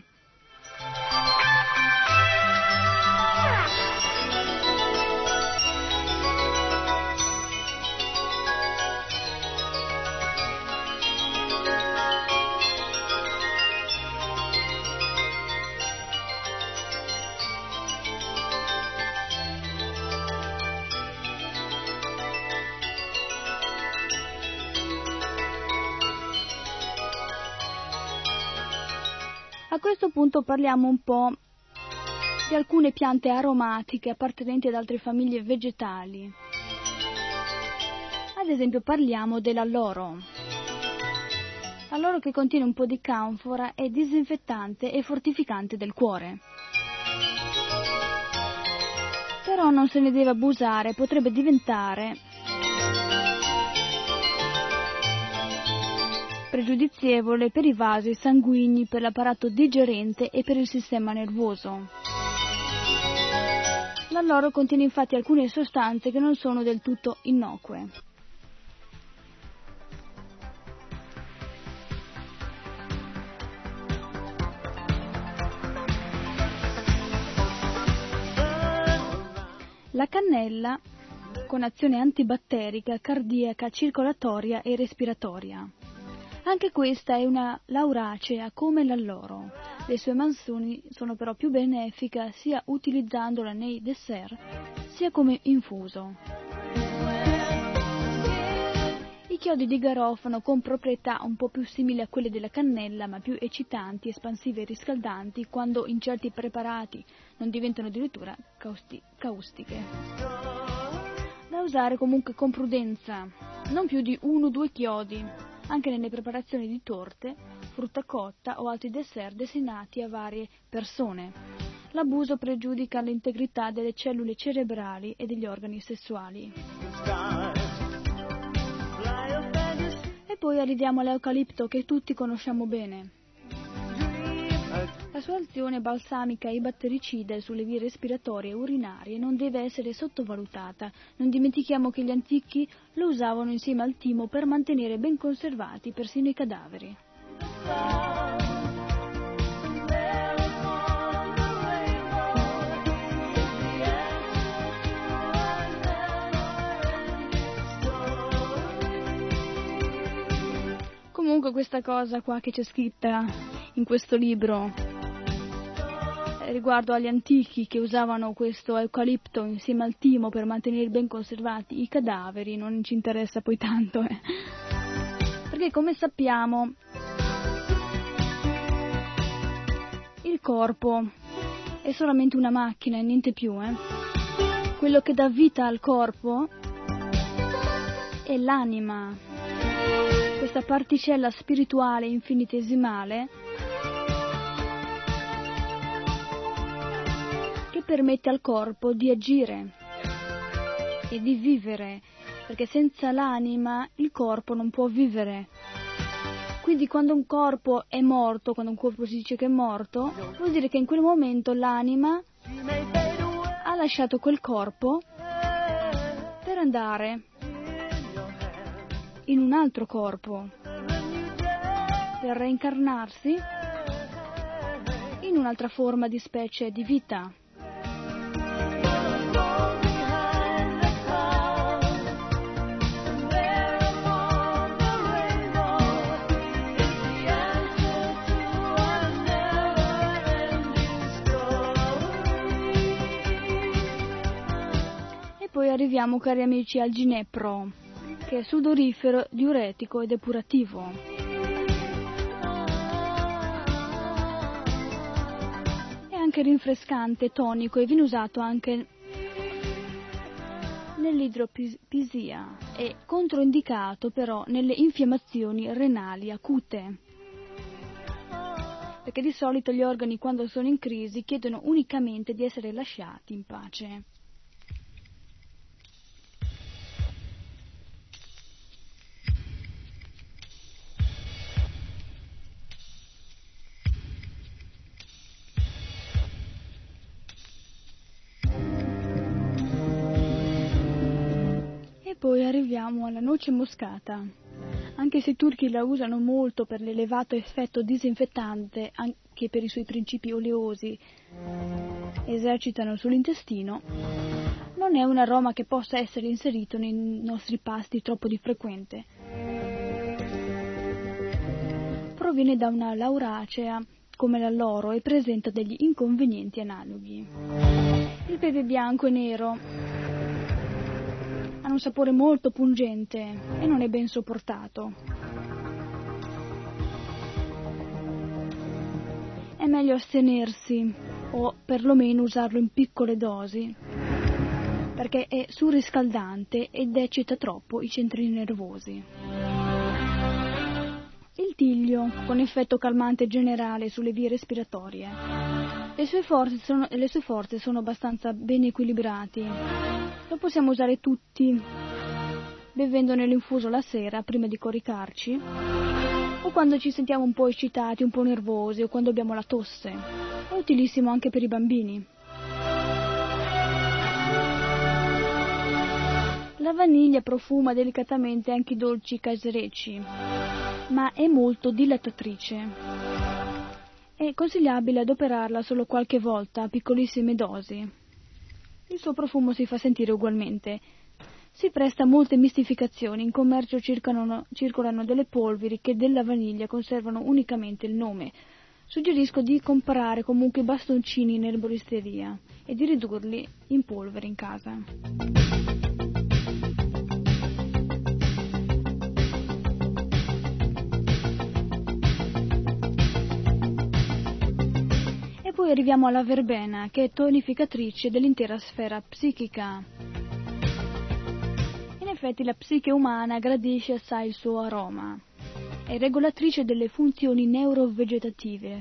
A questo punto parliamo un po' di alcune piante aromatiche appartenenti ad altre famiglie vegetali. Ad esempio parliamo dell'alloro. L'alloro, che contiene un po' di canfora, è disinfettante e fortificante del cuore. Però non se ne deve abusare, potrebbe diventare pregiudizievole per i vasi sanguigni, per l'apparato digerente e per il sistema nervoso. L'alloro contiene infatti alcune sostanze che non sono del tutto innocue. La cannella, con azione antibatterica, cardiaca, circolatoria e respiratoria. Anche questa è una lauracea come l'alloro. Le sue mansioni sono però più benefiche sia utilizzandola nei dessert, sia come infuso. I chiodi di garofano, con proprietà un po' più simili a quelle della cannella, ma più eccitanti, espansive e riscaldanti, quando in certi preparati non diventano addirittura causti- caustiche. Da usare comunque con prudenza, non più di uno o due chiodi, anche nelle preparazioni di torte, frutta cotta o altri dessert destinati a varie persone. L'abuso pregiudica l'integrità delle cellule cerebrali e degli organi sessuali. E poi arriviamo all'eucalipto, che tutti conosciamo bene. La sua azione balsamica e battericida sulle vie respiratorie e urinarie non deve essere sottovalutata. Non dimentichiamo che gli antichi lo usavano insieme al timo per mantenere ben conservati persino i cadaveri. Comunque questa cosa qua che c'è scritta in questo libro eh, riguardo agli antichi che usavano questo eucalipto insieme al timo per mantenere ben conservati i cadaveri non ci interessa poi tanto, eh. Perché come sappiamo il corpo è solamente una macchina e niente più, eh. Quello che dà vita al corpo è l'anima, questa particella spirituale infinitesimale che permette al corpo di agire e di vivere, perché senza l'anima il corpo non può vivere. Quindi quando un corpo è morto, quando un corpo si dice che è morto, vuol dire che in quel momento l'anima ha lasciato quel corpo per andare in un altro corpo, per reincarnarsi in un'altra forma di specie di vita. E poi arriviamo, cari amici, al ginepro, che è sudorifero, diuretico e depurativo. È anche rinfrescante, tonico e viene usato anche nell'idropisia. È controindicato però nelle infiammazioni renali acute, perché di solito gli organi quando sono in crisi chiedono unicamente di essere lasciati in pace. Poi arriviamo alla noce moscata. Anche se i turchi la usano molto per l'elevato effetto disinfettante, anche per i suoi principi oleosi esercitano sull'intestino, non è un aroma che possa essere inserito nei nostri pasti troppo di frequente. Proviene da una lauracea come l'alloro e presenta degli inconvenienti analoghi. Il pepe bianco e nero hanno un sapore molto pungente e non è ben sopportato. È meglio astenersi o perlomeno usarlo in piccole dosi, perché è surriscaldante ed eccita troppo i centri nervosi. Il tiglio, con effetto calmante generale sulle vie respiratorie. Le sue forze sono, le sue forze sono abbastanza ben equilibrati. Lo possiamo usare tutti, bevendone l'infuso la sera prima di coricarci, o quando ci sentiamo un po' eccitati, un po' nervosi, o quando abbiamo la tosse. È utilissimo anche per i bambini. La vaniglia profuma delicatamente anche i dolci caserecci, ma è molto dilatatrice. È consigliabile adoperarla solo qualche volta a piccolissime dosi. Il suo profumo si fa sentire ugualmente. Si presta a molte mistificazioni. In commercio circolano, circolano delle polveri che della vaniglia conservano unicamente il nome. Suggerisco di comprare comunque bastoncini in erboristeria e di ridurli in polvere in casa. Poi arriviamo alla verbena, che è tonificatrice dell'intera sfera psichica. In effetti la psiche umana gradisce assai il suo aroma. È regolatrice delle funzioni neurovegetative.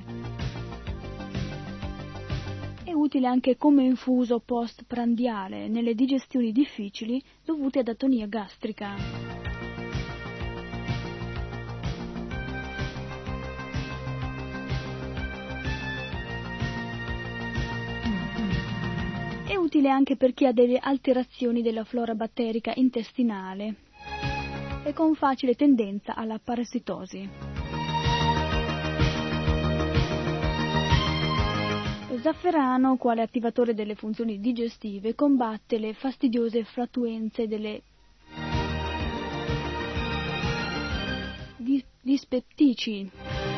È utile anche come infuso postprandiale nelle digestioni difficili dovute ad atonia gastrica. utile anche per chi ha delle alterazioni della flora batterica intestinale e con facile tendenza alla parassitosi. Lo zafferano, quale attivatore delle funzioni digestive, combatte le fastidiose flatulenze delle dispeptici.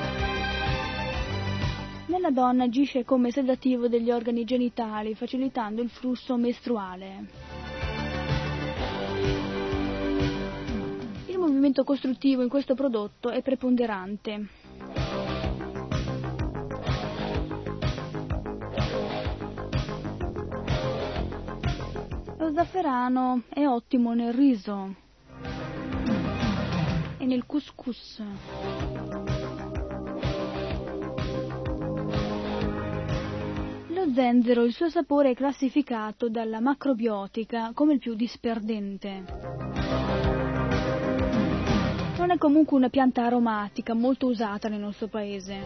Nella donna agisce come sedativo degli organi genitali, facilitando il flusso mestruale. Il movimento costruttivo in questo prodotto è preponderante. Lo zafferano è ottimo nel riso e nel couscous. Lo zenzero, il suo sapore è classificato dalla macrobiotica come il più disperdente. Non è comunque una pianta aromatica molto usata nel nostro paese.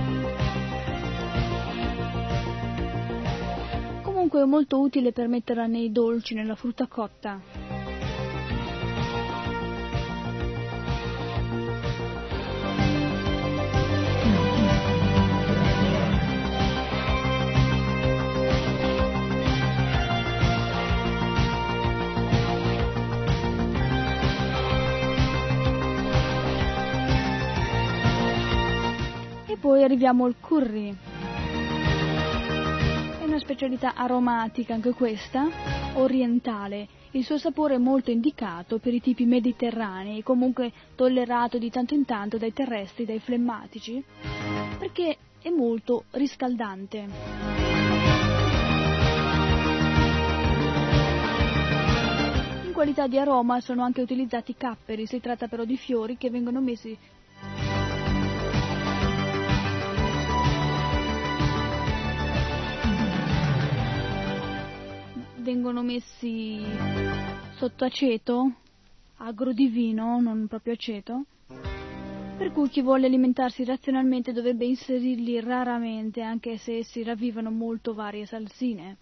Comunque è molto utile per metterla nei dolci, nella frutta cotta. Poi arriviamo al curry, è una specialità aromatica anche questa, orientale. Il suo sapore è molto indicato per i tipi mediterranei, comunque tollerato di tanto in tanto dai terrestri, dai flemmatici, perché è molto riscaldante. In qualità di aroma sono anche utilizzati i capperi, si tratta però di fiori che vengono messi vengono messi sotto aceto, agro di vino, non proprio aceto, per cui chi vuole alimentarsi razionalmente dovrebbe inserirli raramente, anche se essi ravvivano molto varie salsine.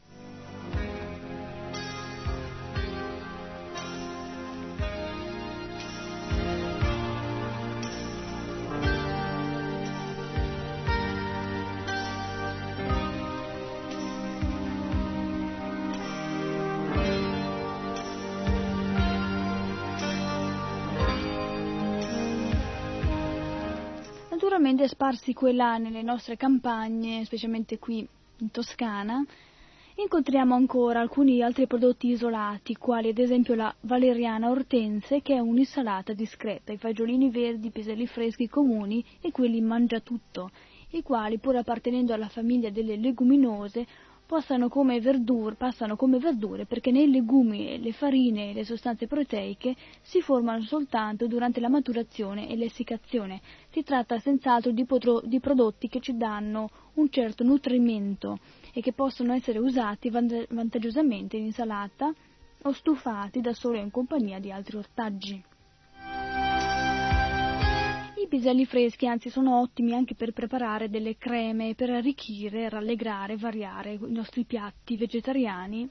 Naturalmente sparsi qua e là nelle nostre campagne, specialmente qui in Toscana, incontriamo ancora alcuni altri prodotti isolati, quali ad esempio la valeriana ortense, che è un'insalata discreta, i fagiolini verdi, i piselli freschi comuni e quelli mangiatutto, i quali, pur appartenendo alla famiglia delle leguminose, passano come verdure, passano come verdure perché nei legumi, le farine e le sostanze proteiche si formano soltanto durante la maturazione e l'essiccazione. Si tratta senz'altro di, potro, di prodotti che ci danno un certo nutrimento e che possono essere usati vantaggiosamente in insalata o stufati da solo in compagnia di altri ortaggi. I piselli freschi, anzi, sono ottimi anche per preparare delle creme, per arricchire, rallegrare, variare i nostri piatti vegetariani.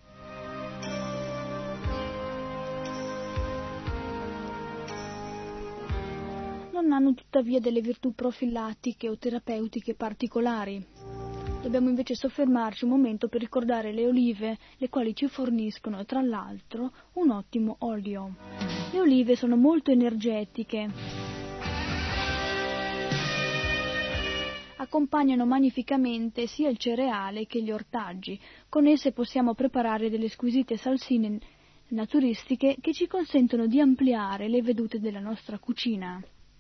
Non hanno tuttavia delle virtù profilattiche o terapeutiche particolari. Dobbiamo invece soffermarci un momento per ricordare le olive, le quali ci forniscono, tra l'altro, un ottimo olio. Le olive sono molto energetiche. Accompagnano magnificamente sia il cereale che gli ortaggi. Con esse possiamo preparare delle squisite salsine naturistiche che ci consentono di ampliare le vedute della nostra cucina.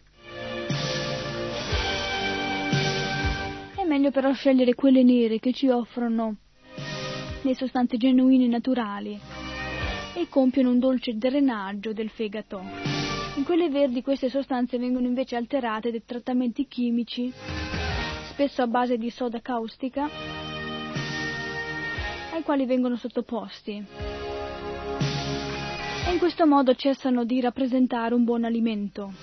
È meglio però scegliere quelle nere che ci offrono le sostanze genuine e naturali e compiono un dolce drenaggio del fegato. In quelle verdi queste sostanze vengono invece alterate dai trattamenti chimici, spesso a base di soda caustica, ai quali vengono sottoposti, e in questo modo cessano di rappresentare un buon alimento.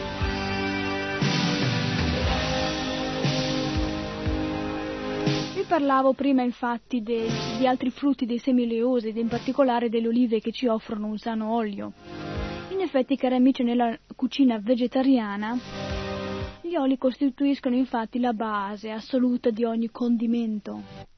Il parlavo prima infatti de, di altri frutti dei semi oleosi ed in particolare delle olive che ci offrono un sano olio. In effetti, cari amici, nella cucina vegetariana gli oli costituiscono infatti la base assoluta di ogni condimento.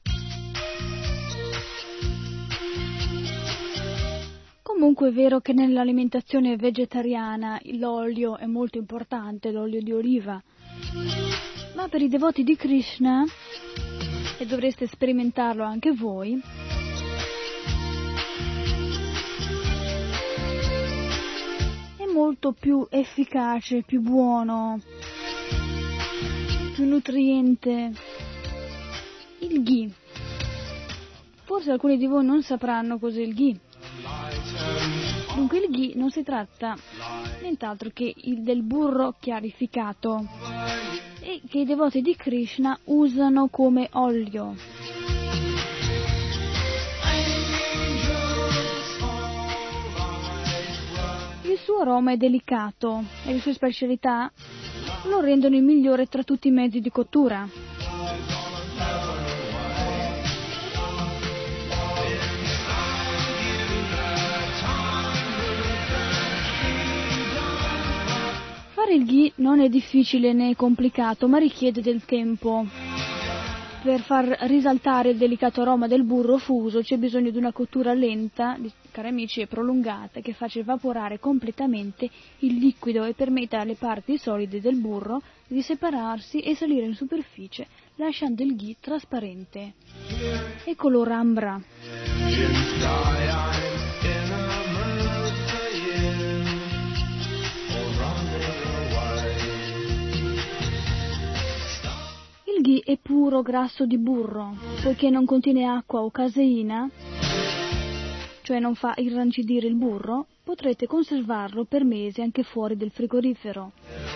Comunque è vero che nell'alimentazione vegetariana l'olio è molto importante, l'olio di oliva, ma per i devoti di Krishna, e dovreste sperimentarlo anche voi, è molto più efficace, più buono, più nutriente il ghee. Forse alcuni di voi non sapranno cos'è il ghee. Dunque il ghee non si tratta nient'altro che il del burro chiarificato e che i devoti di Krishna usano come olio. Il suo aroma è delicato e le sue specialità lo rendono il migliore tra tutti i mezzi di cottura. Fare il ghee non è difficile né complicato, ma richiede del tempo. Per far risaltare il delicato aroma del burro fuso c'è bisogno di una cottura lenta, cari amici, e prolungata, che faccia evaporare completamente il liquido e permetta alle parti solide del burro di separarsi e salire in superficie, lasciando il ghee trasparente e color ambra. Il ghee è puro grasso di burro, poiché non contiene acqua o caseina, cioè non fa irrancidire il burro, potrete conservarlo per mesi anche fuori del frigorifero.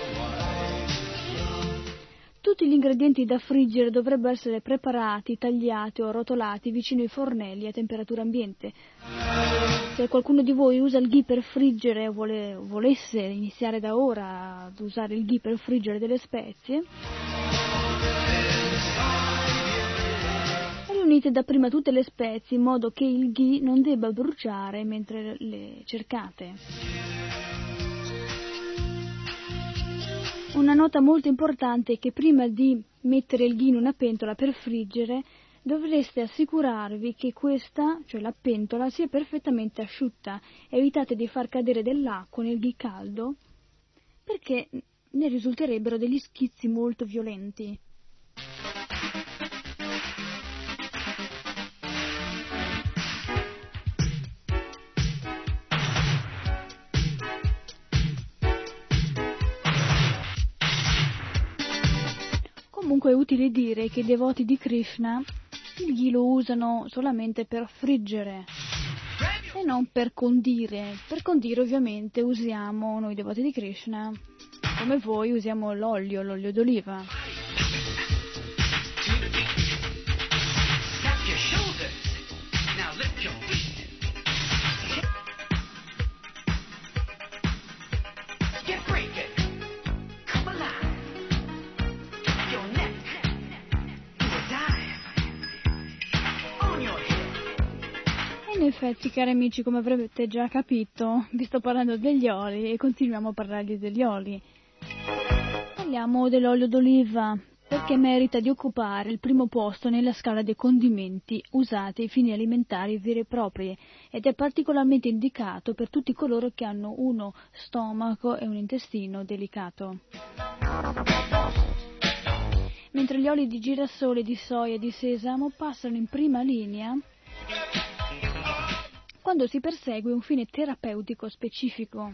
Tutti gli ingredienti da friggere dovrebbero essere preparati, tagliati o rotolati vicino ai fornelli a temperatura ambiente. Se qualcuno di voi usa il ghee per friggere o vuole, volesse iniziare da ora ad usare il ghee per friggere delle spezie, riunite dapprima tutte le spezie in modo che il ghee non debba bruciare mentre le cercate. Una nota molto importante è che prima di mettere il ghee in una pentola per friggere dovreste assicurarvi che questa, cioè la pentola, sia perfettamente asciutta. Evitate di far cadere dell'acqua nel ghee caldo perché ne risulterebbero degli schizzi molto violenti. Comunque è utile dire che i devoti di Krishna il ghee lo usano solamente per friggere e non per condire. Per condire ovviamente usiamo, noi devoti di Krishna, come voi, usiamo l'olio, l'olio d'oliva. In effetti, cari amici, come avrete già capito, vi sto parlando degli oli e continuiamo a parlarvi degli oli. Parliamo dell'olio d'oliva, perché merita di occupare il primo posto nella scala dei condimenti usati ai fini alimentari veri e propri ed è particolarmente indicato per tutti coloro che hanno uno stomaco e un intestino delicato. Mentre gli oli di girasole, di soia e di sesamo passano in prima linea quando si persegue un fine terapeutico specifico.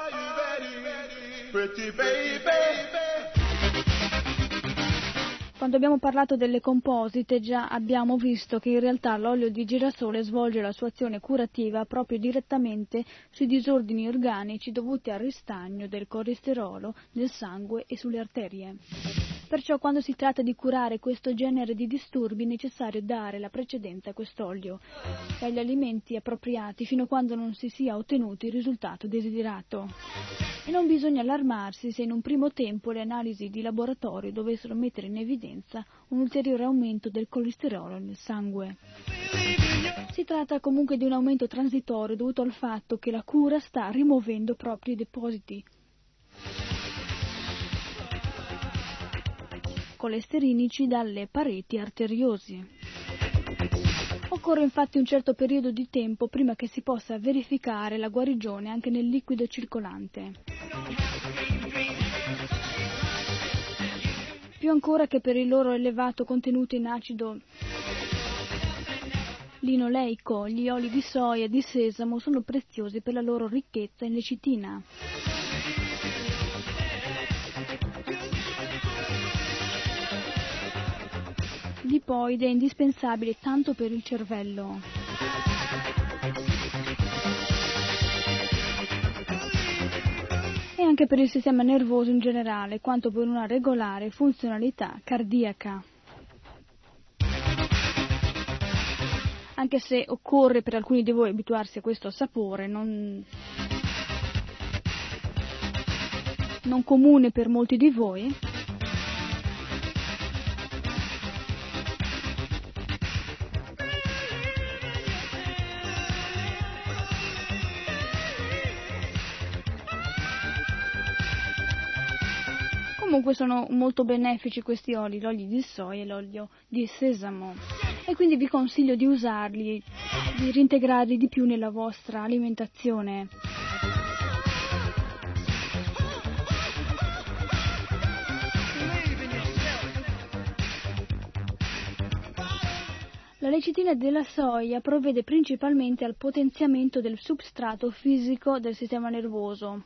Quando abbiamo parlato delle composite già abbiamo visto che in realtà l'olio di girasole svolge la sua azione curativa proprio direttamente sui disordini organici dovuti al ristagno del colesterolo nel sangue e sulle arterie. Perciò quando si tratta di curare questo genere di disturbi è necessario dare la precedenza a quest'olio e agli alimenti appropriati fino a quando non si sia ottenuto il risultato desiderato. e non bisogna allarmarsi se in un primo tempo le analisi di laboratorio dovessero mettere in evidenza un ulteriore aumento del colesterolo nel sangue. Si tratta comunque di un aumento transitorio dovuto al fatto che la cura sta rimuovendo proprio i depositi colesterinici dalle pareti arteriosi. Occorre infatti un certo periodo di tempo prima che si possa verificare la guarigione anche nel liquido circolante. Più ancora che per il loro elevato contenuto in acido linoleico, gli oli di soia e di sesamo sono preziosi per la loro ricchezza in lecitina. Lipoide è indispensabile tanto per il cervello e anche per il sistema nervoso in generale, quanto per una regolare funzionalità cardiaca. Anche se occorre per alcuni di voi abituarsi a questo sapore, non, non comune per molti di voi, comunque sono molto benefici questi oli, l'olio di soia e l'olio di sesamo, e quindi vi consiglio di usarli, di reintegrarli di più nella vostra alimentazione. La lecitina della soia provvede principalmente al potenziamento del substrato fisico del sistema nervoso.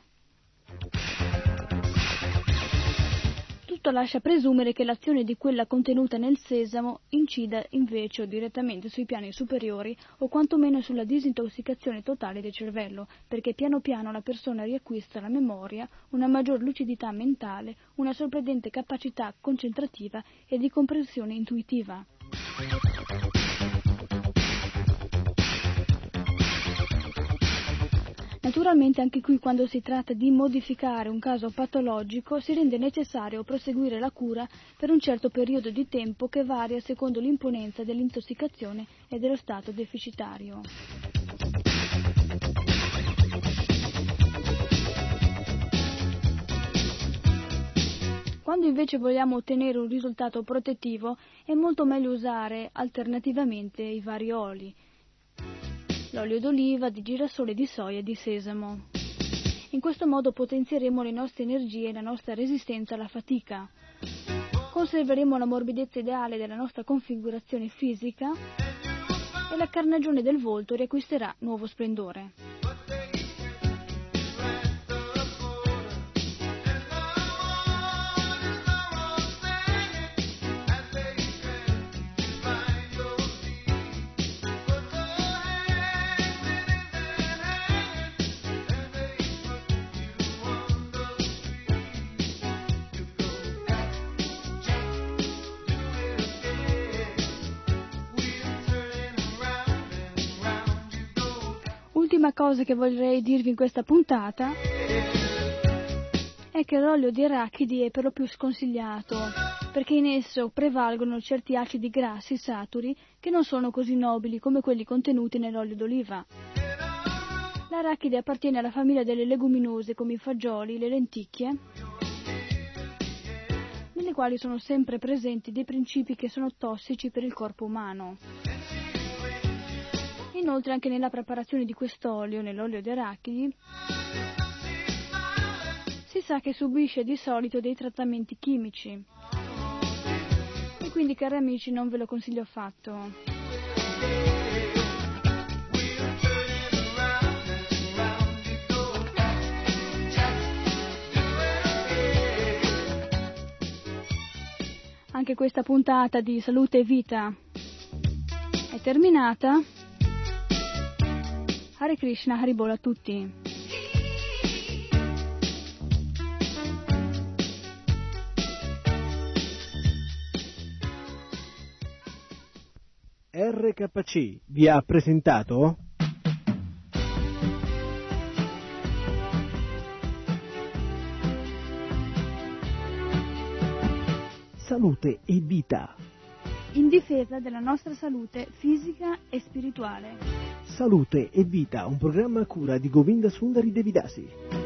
Tutto lascia presumere che l'azione di quella contenuta nel sesamo incida invece o direttamente sui piani superiori o quantomeno sulla disintossicazione totale del cervello, perché piano piano la persona riacquista la memoria, una maggior lucidità mentale, una sorprendente capacità concentrativa e di comprensione intuitiva. Naturalmente anche qui, quando si tratta di modificare un caso patologico, si rende necessario proseguire la cura per un certo periodo di tempo che varia secondo l'imponenza dell'intossicazione e dello stato deficitario. Quando invece vogliamo ottenere un risultato protettivo, è molto meglio usare alternativamente i vari oli. L'olio d'oliva, di girasole, di soia e di sesamo. In questo modo potenzieremo le nostre energie e la nostra resistenza alla fatica. Conserveremo la morbidezza ideale della nostra configurazione fisica e la carnagione del volto riacquisterà nuovo splendore. L'ultima cosa che vorrei dirvi in questa puntata è che l'olio di arachidi è per lo più sconsigliato, perché in esso prevalgono certi acidi grassi saturi che non sono così nobili come quelli contenuti nell'olio d'oliva. L'arachide appartiene alla famiglia delle leguminose come i fagioli, le lenticchie, nelle quali sono sempre presenti dei principi che sono tossici per il corpo umano. Inoltre anche nella preparazione di quest'olio, nell'olio di arachidi, si sa che subisce di solito dei trattamenti chimici e quindi, cari amici, non ve lo consiglio affatto. Anche questa puntata di Salute e Vita è terminata. Hare Krishna, Haribol a tutti. R K C vi ha presentato Salute e vita. In difesa della nostra salute fisica e spirituale. Salute e vita, un programma a cura di Govinda Sundari Devidasi.